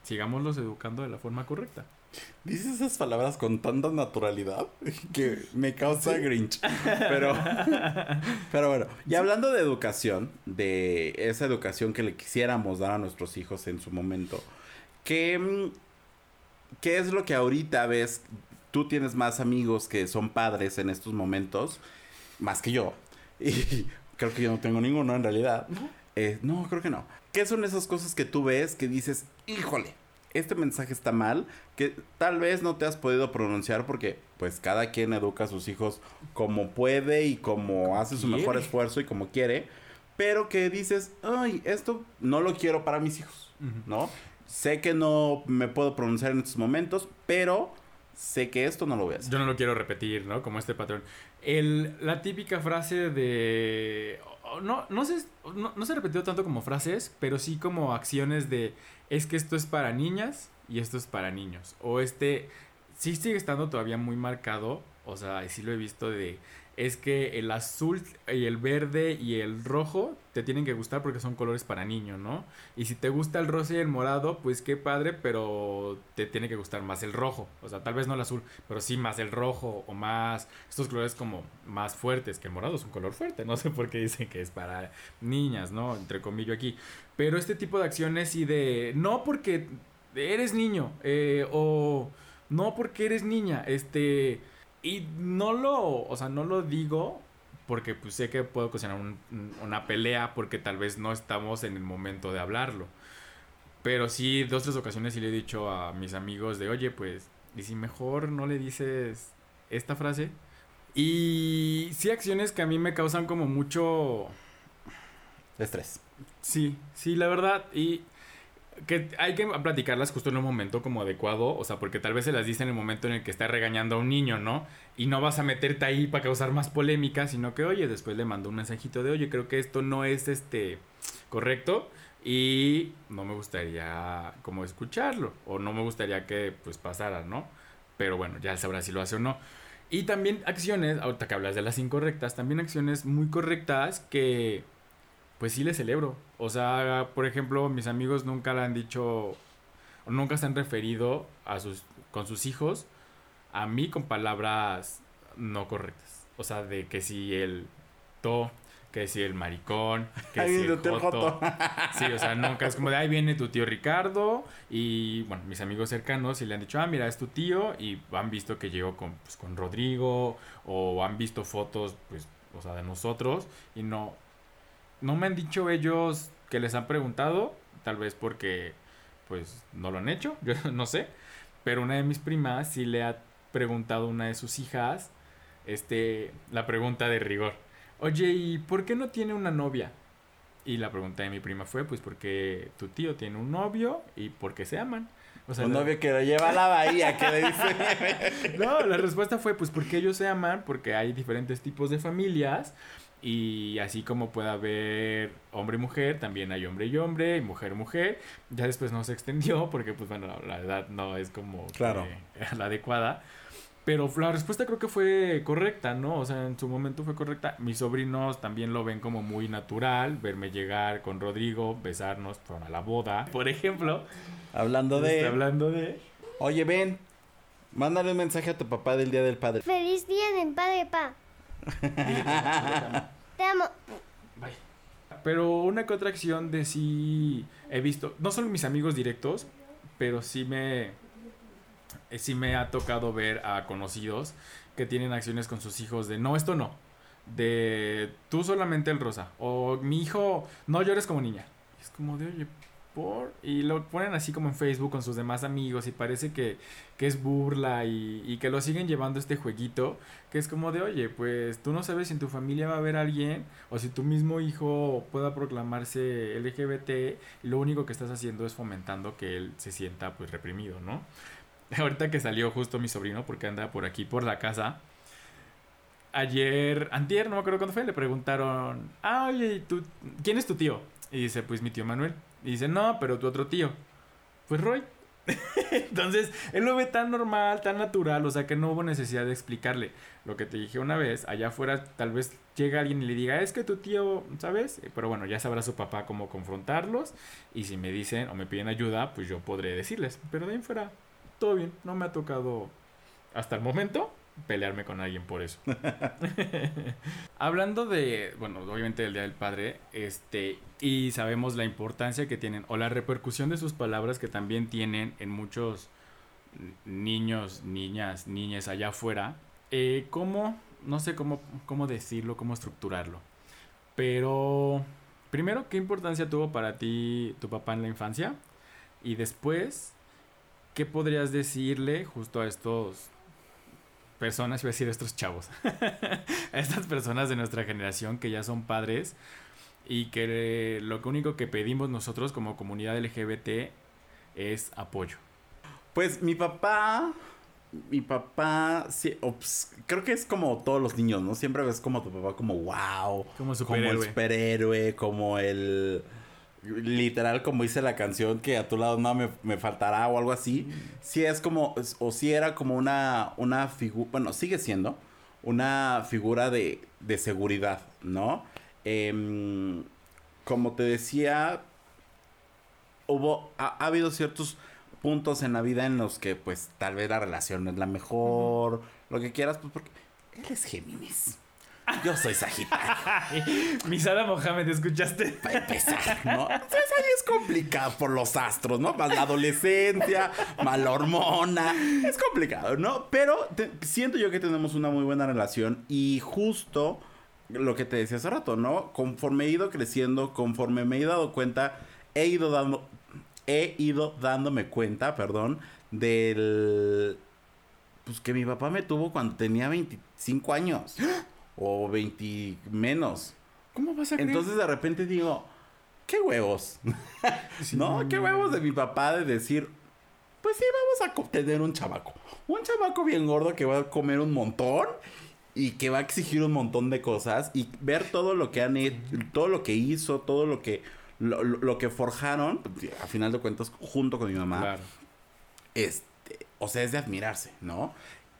A: sigámoslos educando de la forma correcta.
B: Dices esas palabras con tanta naturalidad que me causa ¿sí? Grinch. Pero, pero bueno, y hablando de educación, de esa educación que le quisiéramos dar a nuestros hijos en su momento, ¿qué, qué es lo que ahorita ves? Tú tienes más amigos que son padres en estos momentos, más que yo. Y creo que yo no tengo ninguno en realidad. ¿No? Eh, no, creo que no. ¿Qué son esas cosas que tú ves que dices, híjole, este mensaje está mal, que tal vez no te has podido pronunciar porque pues cada quien educa a sus hijos como puede y como hace su mejor esfuerzo y como quiere, pero que dices, ay, esto no lo quiero para mis hijos, uh-huh. ¿no? Sé que no me puedo pronunciar en estos momentos, pero sé que esto no lo voy a hacer.
A: Yo no lo quiero repetir, ¿no? Como este patrón. El, la típica frase de... No, no, se, no, no se repetió tanto como frases, pero sí como acciones de... Es que esto es para niñas y esto es para niños. O este... Sí sigue estando todavía muy marcado. O sea, sí lo he visto de... Es que el azul y el verde y el rojo te tienen que gustar porque son colores para niño, ¿no? Y si te gusta el rosa y el morado, pues qué padre, pero te tiene que gustar más el rojo. O sea, tal vez no el azul, pero sí más el rojo o más... Estos colores como más fuertes, que el morado es un color fuerte. No sé por qué dicen que es para niñas, ¿no? Entre comillas aquí. Pero este tipo de acciones y de... No porque eres niño eh, o no porque eres niña, este... Y no lo, o sea, no lo digo porque pues sé que puedo ocasionar un, una pelea porque tal vez no estamos en el momento de hablarlo. Pero sí, dos, tres ocasiones sí le he dicho a mis amigos de, oye, pues, ¿y si mejor no le dices esta frase? Y sí, acciones que a mí me causan como mucho...
B: estrés.
A: Sí, sí, la verdad, y... que hay que platicarlas justo en un momento como adecuado, o sea, porque tal vez se las dice en el momento en el que está regañando a un niño, ¿no? Y no vas a meterte ahí para causar más polémica, sino que, oye, después le mando un mensajito de, oye, creo que esto no es, este, correcto y no me gustaría como escucharlo, o no me gustaría que, pues, pasara, ¿no? Pero bueno, ya sabrá si lo hace o no. Y también acciones, ahorita que hablas de las incorrectas, también acciones muy correctas que... pues sí le celebro. O sea, por ejemplo, mis amigos nunca le han dicho, o nunca se han referido a sus, con sus hijos a mí con palabras no correctas. O sea, de que si el to, que si el maricón, que
B: ay,
A: si el
B: joto.
A: joto. Sí, o sea, nunca es como de ahí viene tu tío Ricardo. Y bueno, mis amigos cercanos sí le han dicho, ah, mira, es tu tío. Y han visto que llegó con, pues, con Rodrigo, o han visto fotos, pues, o sea, de nosotros. Y no... No me han dicho ellos que les han preguntado, tal vez porque pues no lo han hecho, yo no sé, pero una de mis primas sí le ha preguntado a una de sus hijas este, la pregunta de rigor. Oye, ¿y por qué no tiene una novia? Y la pregunta de mi prima fue, pues porque tu tío tiene un novio y porque se aman.
B: O sea, un la... novio que lo lleva a la bahía, que le dice...
A: No, la respuesta fue, pues porque ellos se aman, porque hay diferentes tipos de familias. Y así como puede haber hombre y mujer, también hay hombre y hombre, y mujer y mujer. Ya después no se extendió porque, pues bueno, la edad no es como
B: claro.
A: que la adecuada. Pero la respuesta creo que fue correcta, ¿no? O sea, en su momento fue correcta. Mis sobrinos también lo ven como muy natural, verme llegar con Rodrigo, besarnos para la boda, por ejemplo.
B: Hablando de...
A: Está hablando de...
B: Oye, ven, mándale un mensaje a tu papá del Día del Padre.
C: ¡Feliz Día del Padre, pa! Te amo.
A: Bye. Pero una que otra acción de sí he visto, no solo mis amigos directos, pero sí me sí me ha tocado ver a conocidos que tienen acciones con sus hijos de no, esto no, de tú solamente el rosa, o mi hijo no llores como niña. Es como de oye, por... y lo ponen así como en Facebook con sus demás amigos y parece que, que es burla y, y que lo siguen llevando este jueguito que es como de oye, pues tú no sabes si en tu familia va a haber alguien o si tu mismo hijo pueda proclamarse L G B T y lo único que estás haciendo es fomentando que él se sienta pues reprimido, ¿no? Ahorita que salió justo mi sobrino porque anda por aquí por la casa ayer, antier, no me acuerdo cuándo fue, le preguntaron, ah, oye, ¿tú, ¿quién es tu tío? Y dice, pues mi tío Manuel. Y dice, no, pero tu otro tío. Pues Roy. Entonces, él lo ve tan normal, tan natural, o sea que no hubo necesidad de explicarle. Lo que te dije una vez, allá afuera tal vez llega alguien y le diga, es que tu tío, ¿sabes? Pero bueno, ya sabrá su papá cómo confrontarlos. Y si me dicen o me piden ayuda, pues yo podré decirles. Pero de ahí en fuera, todo bien. No me ha tocado hasta el momento pelearme con alguien por eso. Hablando de, bueno, obviamente del Día del Padre, este, y sabemos la importancia que tienen o la repercusión de sus palabras que también tienen en muchos niños, niñas, niñas allá afuera. Eh, ¿Cómo? No sé cómo, cómo decirlo, cómo estructurarlo. Pero, primero, ¿qué importancia tuvo para ti tu papá en la infancia? Y después, ¿qué podrías decirle justo a estos personas, iba a decir a estos chavos, a estas personas de nuestra generación que ya son padres y que lo único que pedimos nosotros como comunidad L G B T es apoyo?
B: Pues mi papá, mi papá, sí, ops, creo que es como todos los niños, ¿no? Siempre ves como tu papá como wow,
A: como superhéroe,
B: como el superhéroe, como el... literal, como dice la canción, que a tu lado no me, me faltará o algo así. Sí es como, o sí era como una, una figura, bueno, sigue siendo una figura de, de seguridad, ¿no? Eh, como te decía, hubo, ha, ha habido ciertos puntos en la vida en los que pues tal vez la relación no es la mejor, uh-huh. Lo que quieras, pues porque él es Géminis. Yo soy Sagitario.
A: Misada Mohamed, ¿escuchaste?
B: Para empezar, ¿no? Entonces ahí es complicado por los astros, ¿no? Más la adolescencia, más la hormona. Es complicado, ¿no? Pero te, siento yo que tenemos una muy buena relación. Y justo lo que te decía hace rato, ¿no? Conforme he ido creciendo, conforme me he dado cuenta, he ido dando... He ido dándome cuenta, perdón, del... Pues que mi papá me tuvo cuando tenía veinticinco años. O veinte menos.
A: ¿Cómo vas a creer?
B: Entonces de repente digo, ¿qué huevos? Sí. ¿No? ¿Qué huevos de mi papá de decir, pues sí, vamos a tener un chamaco? Un chamaco bien gordo que va a comer un montón y que va a exigir un montón de cosas y ver todo lo que han hecho, todo lo que hizo, todo lo que lo, lo, lo que forjaron, a final de cuentas, junto con mi mamá.
A: Claro.
B: Este, o sea, es de admirarse, ¿no?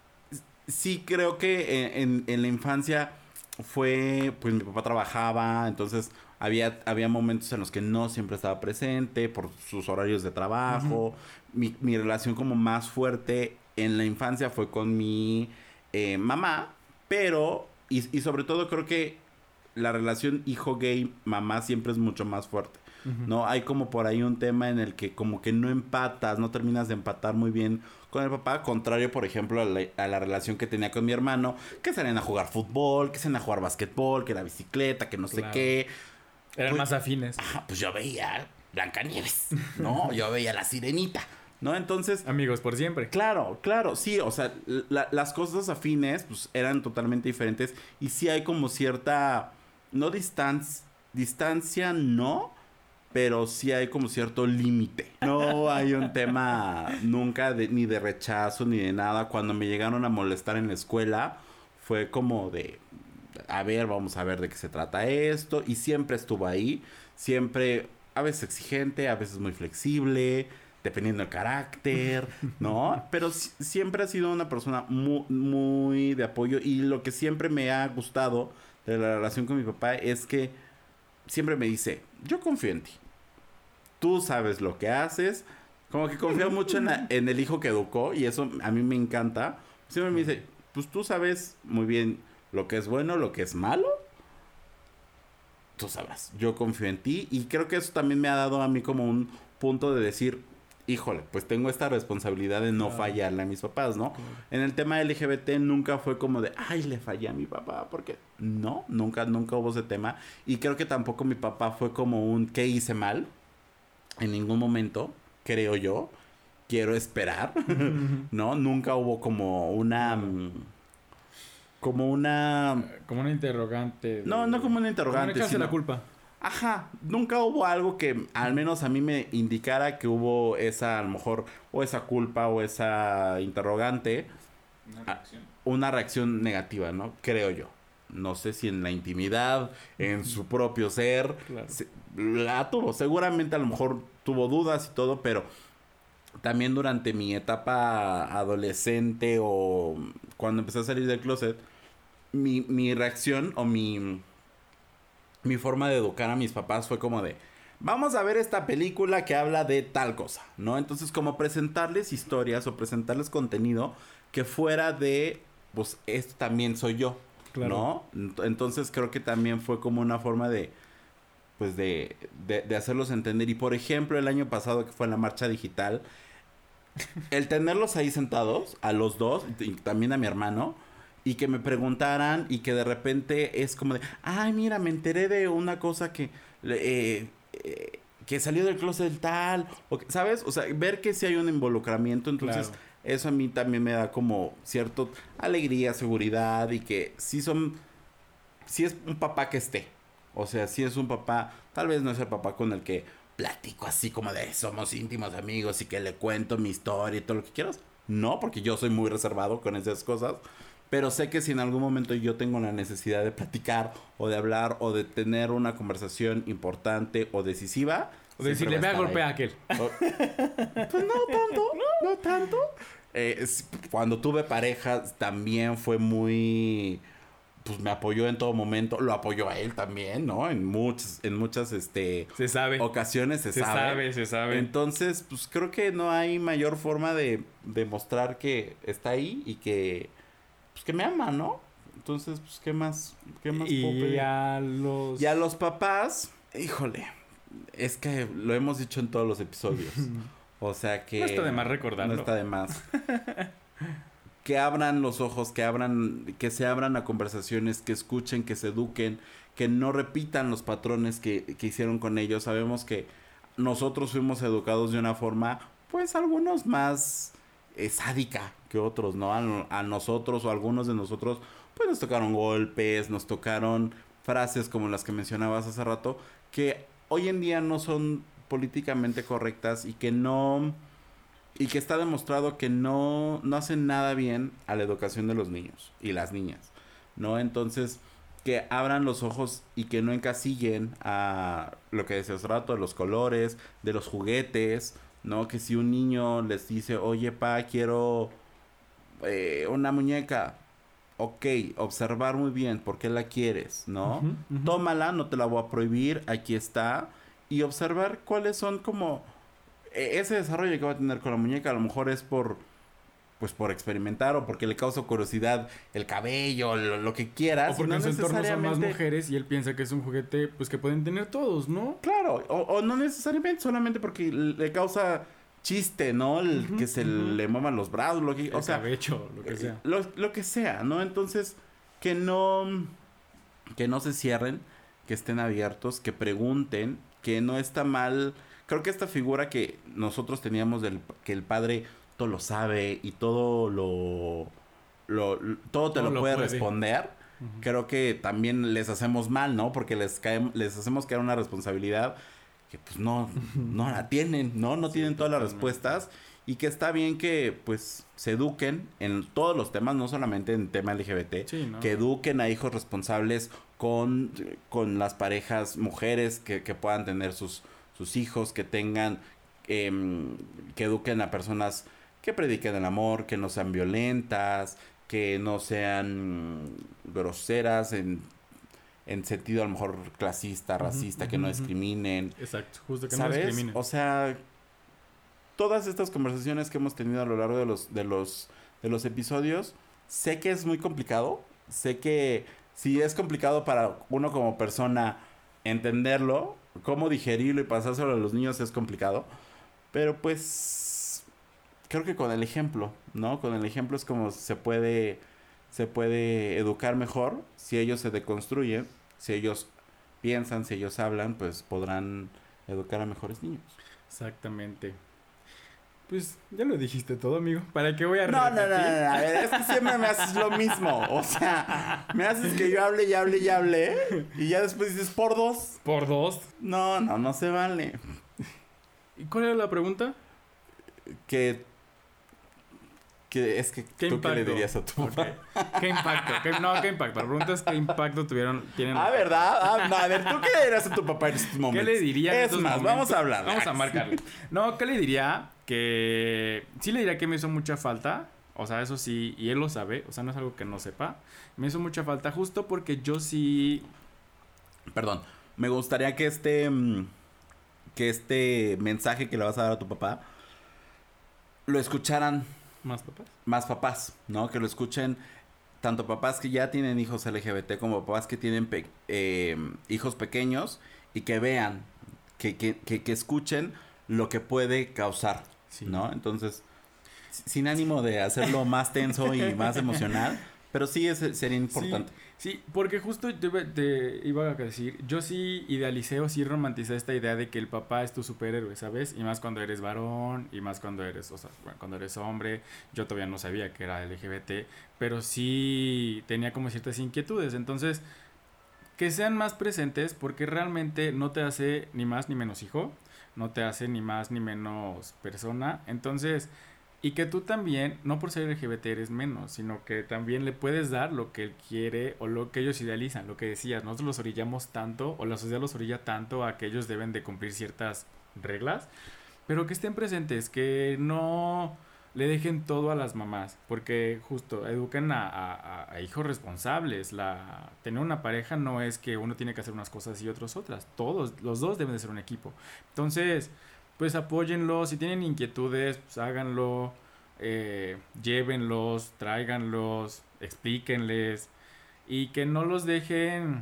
B: Sí, creo que en, en la infancia fue, pues mi papá trabajaba, entonces había, había momentos en los que no siempre estaba presente por sus horarios de trabajo. Uh-huh. Mi, mi relación como más fuerte en la infancia fue con mi eh, mamá, pero, y, y sobre todo creo que la relación hijo gay mamá siempre es mucho más fuerte. Uh-huh. ¿No? Hay como por ahí un tema en el que como que no empatas, no terminas de empatar muy bien con el papá, contrario, por ejemplo, a la, a la relación que tenía con mi hermano, que salían a jugar fútbol, que salían a jugar basquetbol, que la bicicleta, que no
A: claro.
B: sé qué.
A: Eran
B: pues,
A: más afines.
B: Ajá, pues yo veía Blancanieves, ¿no? Yo veía La Sirenita, ¿no? Entonces...
A: Amigos por siempre.
B: Claro, claro, sí, o sea, la, las cosas afines, pues, eran totalmente diferentes y sí hay como cierta, no distancia, distancia no, pero sí hay como cierto límite. No hay un tema nunca de, ni de rechazo ni de nada. Cuando me llegaron a molestar en la escuela, fue como de, a ver, vamos a ver de qué se trata esto. Y siempre estuvo ahí. Siempre, a veces exigente, a veces muy flexible, dependiendo del carácter, ¿no? Pero si, siempre ha sido una persona muy, muy de apoyo. Y lo que siempre me ha gustado de la relación con mi papá es que siempre me dice, yo confío en ti. Tú sabes lo que haces. Como que confía mucho en, la, en el hijo que educó. Y eso a mí me encanta. Siempre me dice, pues tú sabes muy bien lo que es bueno, lo que es malo. Tú sabrás. Yo confío en ti. Y creo que eso también me ha dado a mí como un punto de decir, híjole, pues tengo esta responsabilidad de no claro. fallarle a mis papás, ¿no? Claro. En el tema L G B T nunca fue como de, ay, le fallé a mi papá, porque no, nunca, nunca hubo ese tema. Y creo que tampoco mi papá fue como un, ¿qué hice mal? En ningún momento, creo yo, quiero esperar, ¿no? Nunca hubo como una... Claro. Como una...
A: Como una interrogante. De...
B: No, no como una interrogante.
A: Como sino... la culpa.
B: Ajá, nunca hubo algo que al menos a mí me indicara que hubo esa, a lo mejor, o esa culpa o esa interrogante.
A: Una reacción.
B: Una reacción negativa, ¿no? Creo yo. No sé si en la intimidad, en su propio ser,
A: claro.
B: se, la tuvo. Seguramente a lo mejor tuvo dudas y todo, pero también durante mi etapa adolescente o cuando empecé a salir del closet, mi, mi reacción o mi, mi forma de educar a mis papás fue como de, vamos a ver esta película que habla de tal cosa, ¿no? Entonces, como presentarles historias o presentarles contenido que fuera de, pues, esto también soy yo, claro. ¿No? Entonces, creo que también fue como una forma de, pues, de, de, de hacerlos entender. Y, por ejemplo, el año pasado que fue en la marcha digital, el tenerlos ahí sentados, a los dos, y también a mi hermano, y que me preguntaran y que de repente es como de, ay, mira, me enteré de una cosa que, eh, eh, que salió del closet tal, o que, ¿sabes? O sea, ver que sí hay un involucramiento, entonces claro. Eso a mí también me da como cierta alegría, seguridad y que sí son, sí es un papá que esté, o sea, sí es un papá, tal vez no es el papá con el que platico así como de somos íntimos amigos y que le cuento mi historia y todo lo que quieras. No, porque yo soy muy reservado con esas cosas. Pero sé que si en algún momento yo tengo la necesidad de platicar o de hablar o de tener una conversación importante o decisiva...
A: O de decirle, ve a golpear a aquel.
B: O, pues no tanto, no, no tanto. Eh, es, cuando tuve pareja también fue muy... Pues me apoyó en todo momento, lo apoyó a él también, ¿no? En muchas, en muchas, este...
A: Se sabe.
B: Ocasiones se,
A: se
B: sabe.
A: Se sabe, se sabe.
B: Entonces, pues creo que no hay mayor forma de demostrar que está ahí y que... Pues que me ama, ¿no? Entonces, pues, ¿qué más? ¿Qué más
A: puedo pedir? Y a los...
B: Y a los papás, híjole, es que lo hemos dicho en todos los episodios. O sea que...
A: No está de más recordarlo.
B: No está de más. Que abran los ojos, que abran, que se abran a conversaciones, que escuchen, que se eduquen, que no repitan los patrones que, que hicieron con ellos. Sabemos que nosotros fuimos educados de una forma, pues, algunos más eh, sádica que otros, ¿no? A, a nosotros o a algunos de nosotros, pues nos tocaron golpes, nos tocaron frases como las que mencionabas hace rato, que hoy en día no son políticamente correctas y que no... Y que está demostrado que no, no hacen nada bien a la educación de los niños y las niñas, ¿no? Entonces, que abran los ojos y que no encasillen a lo que decía hace rato, de los colores, de los juguetes, ¿no? Que si un niño les dice, oye, pa, quiero eh, una muñeca, ok, observar muy bien por qué la quieres, ¿no? Uh-huh, uh-huh. Tómala, no te la voy a prohibir, aquí está, y observar cuáles son como... Ese desarrollo que va a tener con la muñeca a lo mejor es por, pues por experimentar o porque le causa curiosidad el cabello, lo, lo que quieras.
A: O porque
B: no
A: en su entorno son más mujeres y él piensa que es un juguete pues que pueden tener todos, ¿no?
B: Claro, o, o no necesariamente solamente porque le causa chiste, ¿no? El uh-huh, que se uh-huh. le muevan los brazos, lo que,
A: el
B: o sea,
A: cabello, lo que sea.
B: Lo, lo que sea, ¿no? Entonces, que no, que no se cierren, que estén abiertos, que pregunten, que no está mal... Creo que esta figura que nosotros teníamos del que el padre todo lo sabe y todo lo, lo, lo todo te todo lo, lo puede, puede responder, uh-huh. Creo que también les hacemos mal, ¿no? Porque les cae, les hacemos caer una responsabilidad que pues no, no la tienen, ¿no? No sí, tienen todas totalmente. Las respuestas y que está bien que pues se eduquen en todos los temas, no solamente en tema L G B T,
A: sí, ¿no?
B: Que eduquen a hijos responsables con, con las parejas mujeres que, que puedan tener sus sus hijos, que tengan, eh, que eduquen a personas que prediquen el amor, que no sean violentas, que no sean groseras en, en sentido a lo mejor clasista, racista, uh-huh, que uh-huh. no discriminen.
A: Exacto, justo que
B: ¿sabes?
A: no discriminen.
B: O sea, todas estas conversaciones que hemos tenido a lo largo de los, de los, de los episodios, sé que es muy complicado, sé que si es complicado para uno como persona entenderlo, cómo digerirlo y pasárselo a los niños es complicado. Pero pues creo que con el ejemplo, ¿no? Con el ejemplo es como se puede se puede educar mejor. Si ellos se deconstruyen, si ellos piensan, si ellos hablan, pues podrán educar a mejores niños.
A: Exactamente. Pues ya lo dijiste todo, amigo. ¿Para qué voy a
B: no,
A: repetir?
B: No, no, no, no. A ver, es que siempre me haces lo mismo. O sea, me haces que yo hable y hable y hable. Y ya después dices, ¿por dos?
A: ¿Por dos?
B: No, no, no se vale.
A: ¿Y cuál era la pregunta?
B: Que Que es que
A: ¿Qué
B: tú
A: impacto?
B: qué le dirías a tu papá.
A: Okay. ¿Qué impacto? ¿Qué, no, ¿qué impacto? La pregunta es ¿qué impacto tuvieron? Tienen...
B: Ah, ¿verdad? Ah, no, a ver, ¿tú qué le dirías a tu papá en estos momentos?
A: ¿Qué le diría en
B: Es
A: estos
B: más,
A: momentos?
B: vamos a hablar.
A: Vamos a marcarle. No, ¿qué le diría? Que sí le diría que me hizo mucha falta. O sea, eso sí, y él lo sabe. O sea, no es algo que no sepa. Me hizo mucha falta justo porque yo sí...
B: Perdón, me gustaría que este... Que este mensaje que le vas a dar a tu papá lo escucharan...
A: ¿Más papás?
B: Más papás, ¿no? Que lo escuchen tanto papás que ya tienen hijos L G B T como papás que tienen pe- eh, hijos pequeños y que vean, que, que, que, que escuchen lo que puede causar, sí. ¿no? Entonces, sin ánimo de hacerlo más tenso y más emocional, pero sí es, sería importante.
A: Sí. Sí, porque justo te, te iba a decir, yo sí idealicé o sí romanticé esta idea de que el papá es tu superhéroe, ¿sabes? Y más cuando eres varón, y más cuando eres, o sea, bueno, cuando eres hombre. Yo todavía no sabía que era L G B T, pero sí tenía como ciertas inquietudes. Entonces, que sean más presentes porque realmente no te hace ni más ni menos hijo, no te hace ni más ni menos persona. Entonces... Y que tú también, no por ser L G B T eres menos, sino que también le puedes dar lo que él quiere o lo que ellos idealizan, lo que decías, nosotros los orillamos tanto o la sociedad los orilla tanto a que ellos deben de cumplir ciertas reglas, pero que estén presentes, que no le dejen todo a las mamás, porque justo eduquen a, a, a hijos responsables. La, tener una pareja no es que uno tiene que hacer unas cosas y otros otras, todos, los dos deben de ser un equipo. Entonces... pues apóyenlo, si tienen inquietudes, pues háganlo, eh, llévenlos, tráiganlos, explíquenles y que no los dejen,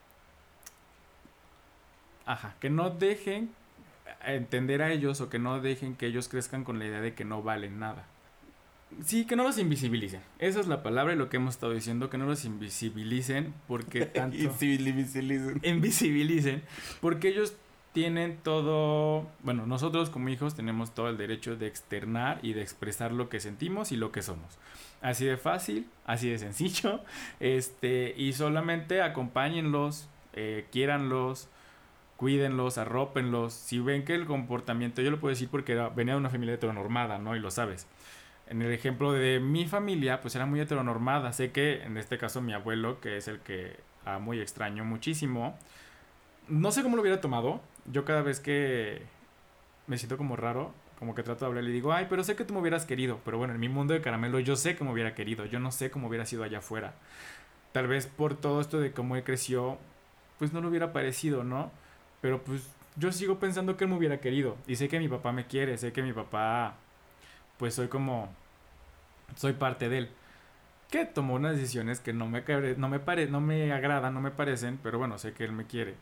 A: ajá, que no dejen entender a ellos o que no dejen que ellos crezcan con la idea de que no valen nada. Sí, que no los invisibilicen, esa es la palabra y lo que hemos estado diciendo, que no los invisibilicen porque tanto...
B: invisibilicen.
A: Invisibilicen, porque ellos... tienen todo, bueno, nosotros como hijos tenemos todo el derecho de externar y de expresar lo que sentimos y lo que somos. Así de fácil, así de sencillo, este, y solamente acompáñenlos, eh, quiéranlos, cuídenlos, arrópenlos. Si ven que el comportamiento, yo lo puedo decir porque era, venía de una familia heteronormada, ¿no? Y lo sabes. En el ejemplo de mi familia, pues era muy heteronormada. Sé que en este caso mi abuelo, que es el que amo y extraño muchísimo, no sé cómo lo hubiera tomado. Yo cada vez que me siento como raro, como que trato de hablar, le digo, ay, pero sé que tú me hubieras querido. Pero bueno, en mi mundo de caramelo yo sé que me hubiera querido. Yo no sé cómo hubiera sido allá afuera. Tal vez por todo esto de cómo él creció, pues no le hubiera parecido, ¿no? Pero pues yo sigo pensando que él me hubiera querido. Y sé que mi papá me quiere, sé que mi papá, pues soy como, soy parte de él. Que tomó unas decisiones que no me, no me, pare, no me agradan, no me parecen, pero bueno, sé que él me quiere.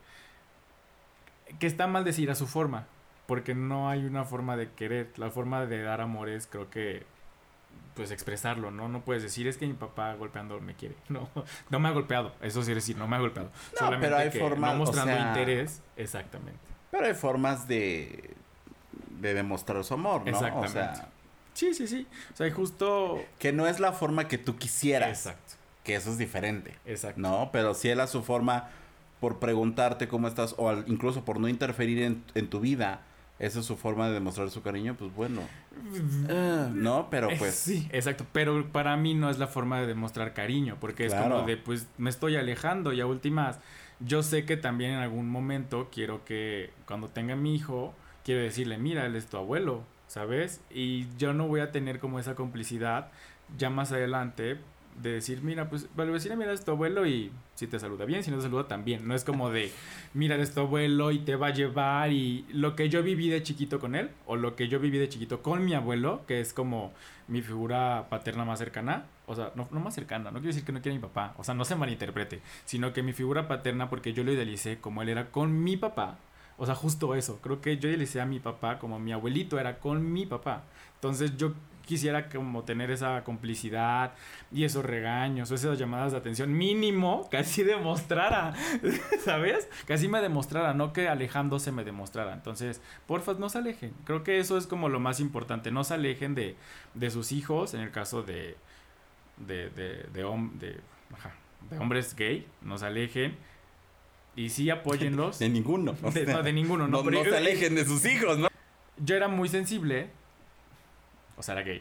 A: Que está mal decir a su forma, porque no hay una forma de querer. La forma de dar amor es, creo que, pues expresarlo, ¿no? No puedes decir, es que mi papá golpeando me quiere. No, no me ha golpeado, eso sí decir, no me ha golpeado.
B: No,
A: solamente
B: pero hay
A: que
B: formas,
A: no mostrando
B: o sea,
A: interés, exactamente.
B: Pero hay formas de, de demostrar su amor, ¿no?
A: Exactamente.
B: O sea,
A: sí, sí, sí. O sea, justo...
B: que no es la forma que tú quisieras.
A: Exacto.
B: Que eso es diferente.
A: Exacto.
B: No, pero si él a su forma... por preguntarte cómo estás o al, incluso por no interferir en, en tu vida, esa es su forma de demostrar su cariño, pues bueno. Uh, no, pero pues...
A: Sí, exacto, pero para mí no es la forma de demostrar cariño, porque claro. Es como de, pues me estoy alejando y a últimas, yo sé que también en algún momento quiero que cuando tenga mi hijo, quiero decirle, mira, él es tu abuelo, ¿sabes? Y yo no voy a tener como esa complicidad ya más adelante de decir, mira, pues, vale, decir, mira, es tu abuelo y si te saluda bien, si no te saluda también. No es como de, mira, es tu abuelo y te va a llevar y lo que yo viví de chiquito con él o lo que yo viví de chiquito con mi abuelo, que es como mi figura paterna más cercana. O sea, no, no más cercana, no quiero decir que no quiera a mi papá, o sea, no se malinterprete, sino que mi figura paterna porque yo lo idealicé como él era con mi papá. O sea, justo eso, creo que yo idealicé a mi papá como mi abuelito era con mi papá. Entonces yo quisiera como tener esa complicidad y esos regaños o esas llamadas de atención mínimo, casi demostrara, ¿sabes? Casi me demostrara, no que alejándose me demostrara. Entonces, porfa, no se alejen. Creo que eso es como lo más importante, no se alejen de, de sus hijos, en el caso de de, de, de, hom- de, ajá, de hombres gay, no se alejen. Y sí apóyenlos.
B: De ninguno.
A: O sea, de, no, de ninguno, no.
B: No, no se alejen de sus hijos, ¿no?
A: Yo era muy sensible. O sea, era gay.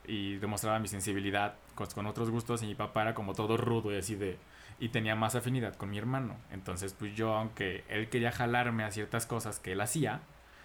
A: y demostraba mi sensibilidad con, con otros gustos, y mi papá era como todo rudo y así de... Y tenía más afinidad con mi hermano. Entonces, pues yo, aunque él quería jalarme a ciertas cosas que él hacía,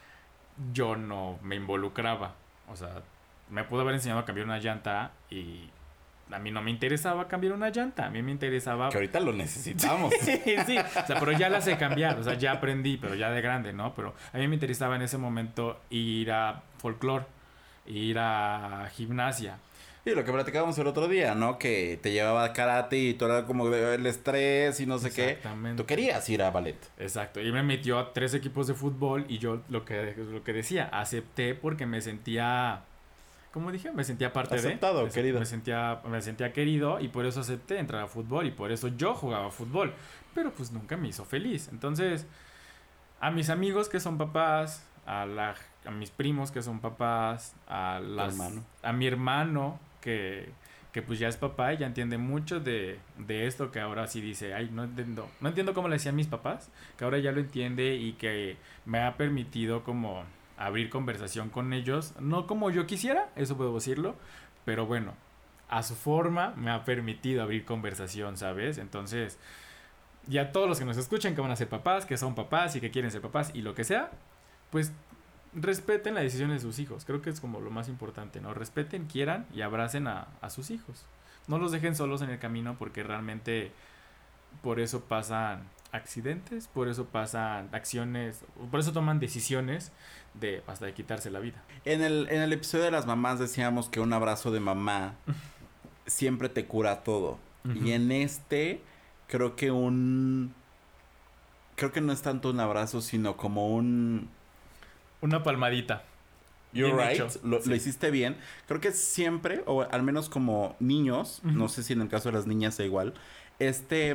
A: yo no me involucraba. O sea, me pudo haber enseñado a cambiar una llanta y a mí no me interesaba cambiar una llanta. A mí me interesaba...
B: Que ahorita lo necesitamos.
A: Sí, sí. O sea, pero ya la sé cambiar. O sea, ya aprendí, pero ya de grande, ¿no? Pero a mí me interesaba en ese momento ir a folclore, ir a gimnasia.
B: Y lo que platicábamos el otro día, ¿no? Que te llevaba a karate y todo era como el estrés y no sé qué. Tú querías ir a ballet.
A: Exacto. Y me metió a tres equipos de fútbol y yo lo que, lo que decía, acepté porque me sentía... Como dije, me sentía parte
B: Aceptado,
A: de... Aceptado,
B: querido.
A: Me sentía, me sentía querido y por eso acepté entrar a fútbol y por eso yo jugaba fútbol. Pero pues nunca me hizo feliz. Entonces, a mis amigos que son papás, a, la, a mis primos que son papás, a, las, a mi hermano que, que pues ya es papá y ya entiende mucho de, de esto, que ahora sí dice, ay, no entiendo, no entiendo cómo le decían mis papás, que ahora ya lo entiende y que me ha permitido como abrir conversación con ellos, no como yo quisiera, eso puedo decirlo, pero bueno, a su forma me ha permitido abrir conversación, ¿sabes? Entonces, ya todos los que nos escuchan que van a ser papás, que son papás y que quieren ser papás y lo que sea, pues respeten las decisiones de sus hijos. Creo que es como lo más importante, ¿no? Respeten, quieran y abracen a, a sus hijos. No los dejen solos en el camino porque realmente por eso pasan accidentes, por eso pasan acciones, por eso toman decisiones de hasta de quitarse la vida.
B: En el, en el episodio de las mamás decíamos que un abrazo de mamá siempre te cura todo. Uh-huh. Y en este creo que un... Creo que no es tanto un abrazo, sino como un...
A: Una palmadita.
B: You're right. Lo, sí. lo hiciste bien. Creo que siempre, o al menos como niños, uh-huh. no sé si en el caso de las niñas sea igual, este...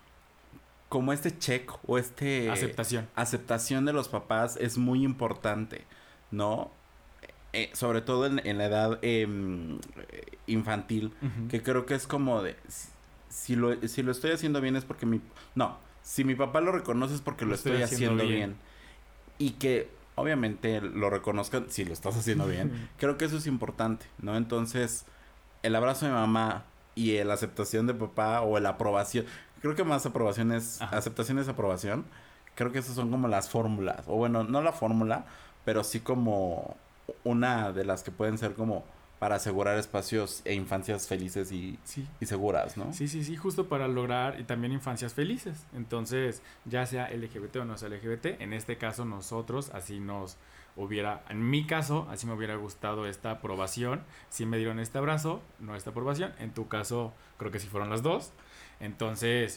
B: como este check o este...
A: Aceptación.
B: Aceptación de los papás es muy importante, ¿no? Eh, sobre todo en, en la edad eh, infantil, uh-huh. que creo que es como de... Si, si, lo, si lo estoy haciendo bien es porque mi... No, si mi papá lo reconoce es porque lo, lo estoy, estoy haciendo, haciendo bien. bien. Y que... obviamente lo reconozcan si lo estás haciendo bien. Creo que eso es importante, ¿no? Entonces, el abrazo de mamá y la aceptación de papá o la aprobación. Creo que más aprobación es... Ajá. Aceptación es aprobación. Creo que esas son como las fórmulas. O bueno, no la fórmula, pero sí como una de las que pueden ser como para asegurar espacios e infancias felices y, sí. y seguras, ¿no?
A: Sí, sí, sí, justo para lograr y también infancias felices. Entonces, ya sea L G B T o no sea L G B T, en este caso nosotros así nos hubiera, en mi caso, así me hubiera gustado esta aprobación. Si me dieron este abrazo, no esta aprobación. En tu caso, creo que sí fueron las dos. Entonces,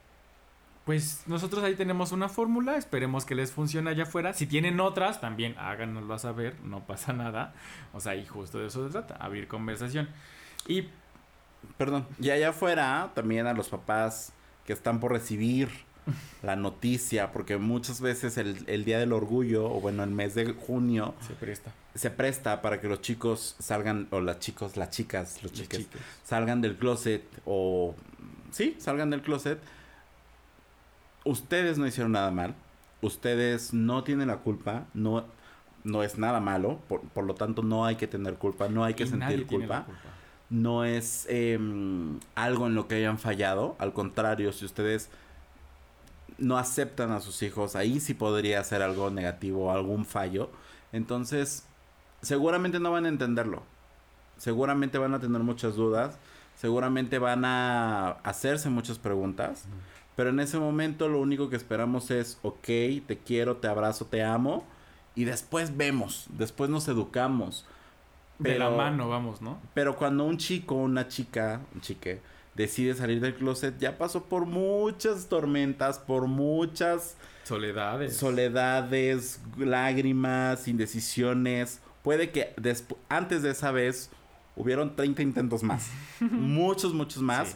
A: pues nosotros ahí tenemos una fórmula, esperemos que les funcione allá afuera. Si tienen otras, también háganoslo a saber, no pasa nada. O sea, y justo de eso se trata, abrir conversación. Y,
B: perdón, y allá afuera también a los papás que están por recibir la noticia, porque muchas veces el, el Día del Orgullo, o bueno, el mes de junio,
A: se presta.
B: Se presta para que los chicos salgan, o las chicos, las chicas, los chicos, salgan del closet, o sí, salgan del closet. Ustedes no hicieron nada mal. Ustedes no tienen la culpa. No, no es nada malo. Por, por lo tanto, no hay que tener culpa. No hay que y sentir culpa. culpa. No es eh, algo en lo que hayan fallado. Al contrario, si ustedes no aceptan a sus hijos, ahí sí podría ser algo negativo, algún fallo. Entonces, seguramente no van a entenderlo. Seguramente van a tener muchas dudas. Seguramente van a hacerse muchas preguntas. Mm. Pero en ese momento lo único que esperamos es, ok, te quiero, te abrazo, te amo. Y después vemos, después nos educamos.
A: Pero, de la mano vamos, ¿no?
B: Pero cuando un chico, una chica, un chique, decide salir del closet, ya pasó por muchas tormentas, por muchas...
A: Soledades.
B: Soledades, lágrimas, indecisiones. Puede que despu- antes de esa vez hubieron treinta intentos más. muchos, muchos más. Sí.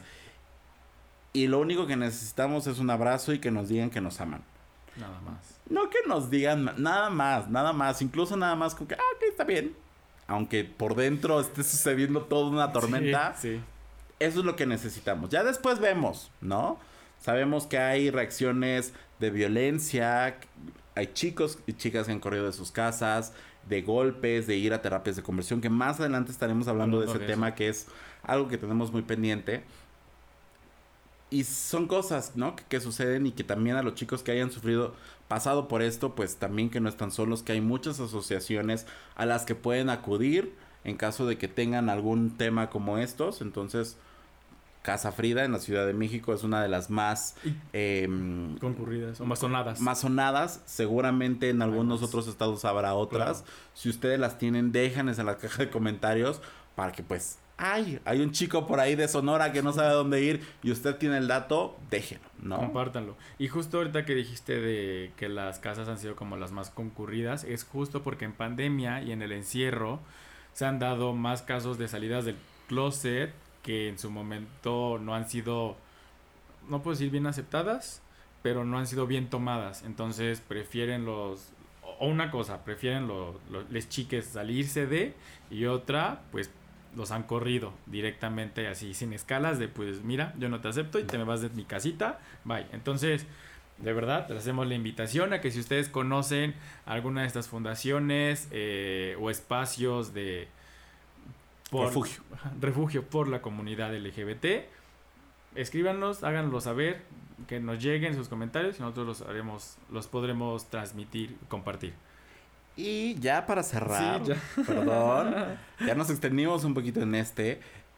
B: Y lo único que necesitamos es un abrazo y que nos digan que nos aman.
A: Nada más.
B: No que nos digan nada más, nada más. Incluso nada más con que, ah, ok, está bien. Aunque por dentro esté sucediendo toda una tormenta.
A: Sí, sí.
B: Eso es lo que necesitamos. Ya después vemos, ¿no? Sabemos que hay reacciones de violencia. Hay chicos y chicas que han corrido de sus casas. de golpes, de ir a terapias de conversión, que más adelante estaremos hablando
A: Hablando
B: de ese
A: de
B: tema,
A: eso.
B: que es algo que tenemos muy pendiente. Y son cosas, ¿no? Que, que suceden y que también a los chicos que hayan sufrido, pasado por esto, pues también que no están solos, que hay muchas asociaciones a las que pueden acudir en caso de que tengan algún tema como estos. Entonces, Casa Frida en la Ciudad de México es una de las más eh,
A: concurridas o más sonadas.
B: Más sonadas. Seguramente en algunos otros estados habrá otras.
A: Claro.
B: Si ustedes las tienen, déjenlas en la caja de comentarios para que pues... Ay, hay un chico por ahí de Sonora que no sabe dónde ir y usted tiene el dato, déjenlo, ¿no?
A: Compártanlo. Y justo ahorita que dijiste de que las casas han sido como las más concurridas, es justo porque en pandemia y en el encierro se han dado más casos de salidas del closet que en su momento no han sido, no puedo decir bien aceptadas, pero no han sido bien tomadas. Entonces prefieren los, o una cosa, prefieren los, los les chiques salirse de, y otra, pues los han corrido directamente así, sin escalas de pues mira, yo no te acepto y te me vas de mi casita, bye. Entonces, de verdad, les hacemos la invitación a que si ustedes conocen alguna de estas fundaciones eh, o espacios de...
B: Por, refugio.
A: Refugio por la comunidad L G B T, escríbanos, háganlo saber, que nos lleguen sus comentarios y nosotros los haremos, los podremos transmitir, compartir.
B: Y ya para cerrar,
A: sí, ya.
B: perdón, ya nos extendimos un poquito en este,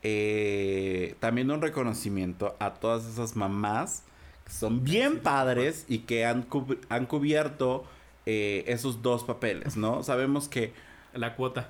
B: eh, también un reconocimiento a todas esas mamás que son bien padres y que han, cub- han cubierto eh, esos dos papeles, ¿no? Sabemos que...
A: La cuota.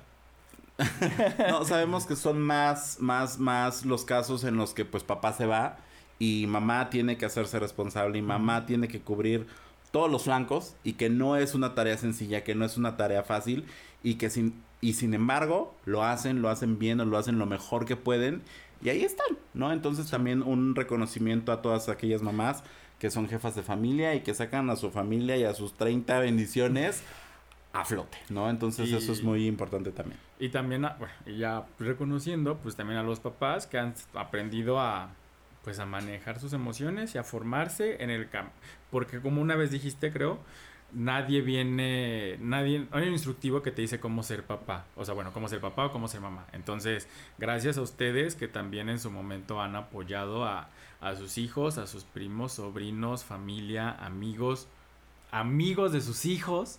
B: No, sabemos que son más, más, más los casos en los que pues papá se va y mamá tiene que hacerse responsable y mamá uh-huh. tiene que cubrir todos los flancos y que no es una tarea sencilla, que no es una tarea fácil y que sin, y sin embargo lo hacen, lo hacen bien o lo hacen lo mejor que pueden y ahí están, ¿no? Entonces sí. También un reconocimiento a todas aquellas mamás que son jefas de familia y que sacan a su familia y a sus treinta bendiciones a flote, ¿no? Entonces y, eso es muy importante también.
A: Y también, a, bueno, y ya reconociendo pues también a los papás que han aprendido a pues a manejar sus emociones y a formarse en el campo. Porque como una vez dijiste, creo, nadie viene, nadie, hay un instructivo que te dice cómo ser papá. O sea, bueno, cómo ser papá o cómo ser mamá. Entonces, gracias a ustedes que también en su momento han apoyado a, a sus hijos, a sus primos, sobrinos, familia, amigos, amigos de sus hijos,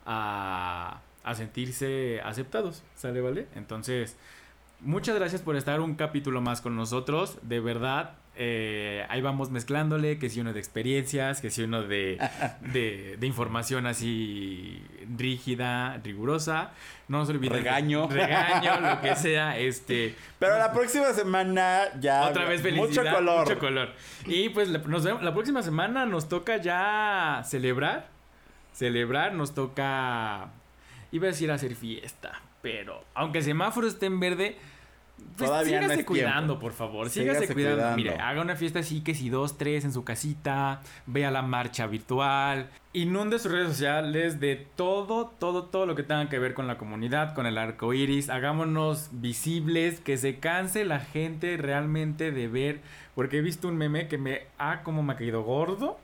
A: a, a sentirse aceptados, ¿sale, vale? Entonces, muchas gracias por estar un capítulo más con nosotros, de verdad. Eh, ahí vamos mezclándole, que si uno de experiencias, que si uno de, de, de información así rígida, rigurosa. No nos olviden.
B: Regaño.
A: Regaño, lo que sea. este
B: Pero la próxima semana ya...
A: Otra vez felicidad.
B: Mucho color.
A: Mucho color. Y pues nos vemos, la próxima semana nos toca ya celebrar. Celebrar, nos toca... Iba a decir hacer fiesta, pero aunque el semáforo esté en verde... Pues
B: todavía
A: sígase
B: no es
A: cuidando,
B: tiempo.
A: por favor.
B: Sígase,
A: sígase cuidando.
B: cuidando.
A: Mire, haga una fiesta así que si dos, tres en su casita. Vea la marcha virtual. Inunde sus redes sociales de todo, todo, todo lo que tenga que ver con la comunidad, con el arco iris. Hagámonos visibles, que se canse la gente realmente de ver. Porque he visto un meme que me ha como me ha caído gordo.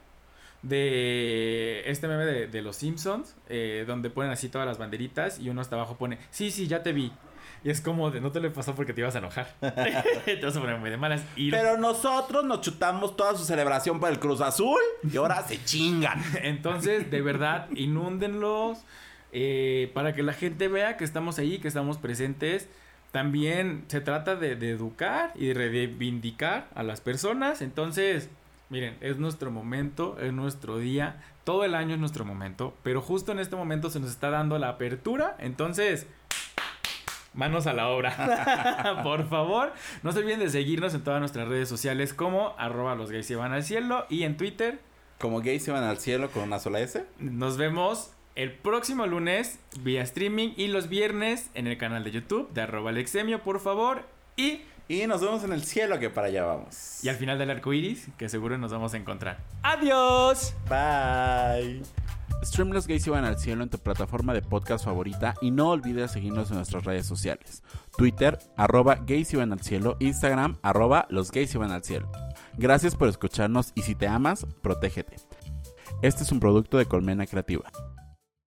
A: De este meme de, de los Simpsons, eh, donde ponen así todas las banderitas y uno hasta abajo pone, sí, sí, ya te vi. Y es como de, no te le pasó porque te ibas a enojar. Te vas a poner muy de malas. Y
B: Pero nosotros nos chutamos toda su celebración por el Cruz Azul y ahora se chingan.
A: Entonces, de verdad, inúndenlos eh, para que la gente vea que estamos ahí, que estamos presentes. También se trata de, de educar y de reivindicar a las personas. Entonces, miren, es nuestro momento, es nuestro día. Todo el año es nuestro momento. Pero justo en este momento se nos está dando la apertura. Entonces... manos a la obra. Por favor, no se olviden de seguirnos en todas nuestras redes sociales como arroba los gays se van al cielo y en Twitter
B: como gays se van al cielo con una sola S.
A: Nos vemos el próximo lunes vía streaming y los viernes en el canal de YouTube de arroba alexemio, por favor. Y...
B: y nos vemos en el cielo, que para allá vamos.
A: Y al final del arco iris, que seguro nos vamos a encontrar. ¡Adiós!
B: Bye. Stream Los Gays Iban al Cielo en tu plataforma de podcast favorita y no olvides seguirnos en nuestras redes sociales. Twitter, arroba Gays Iban al Cielo, Instagram, arroba Los Gays Iban al Cielo. Gracias por escucharnos y si te amas, protégete. Este es un producto de Colmena Creativa.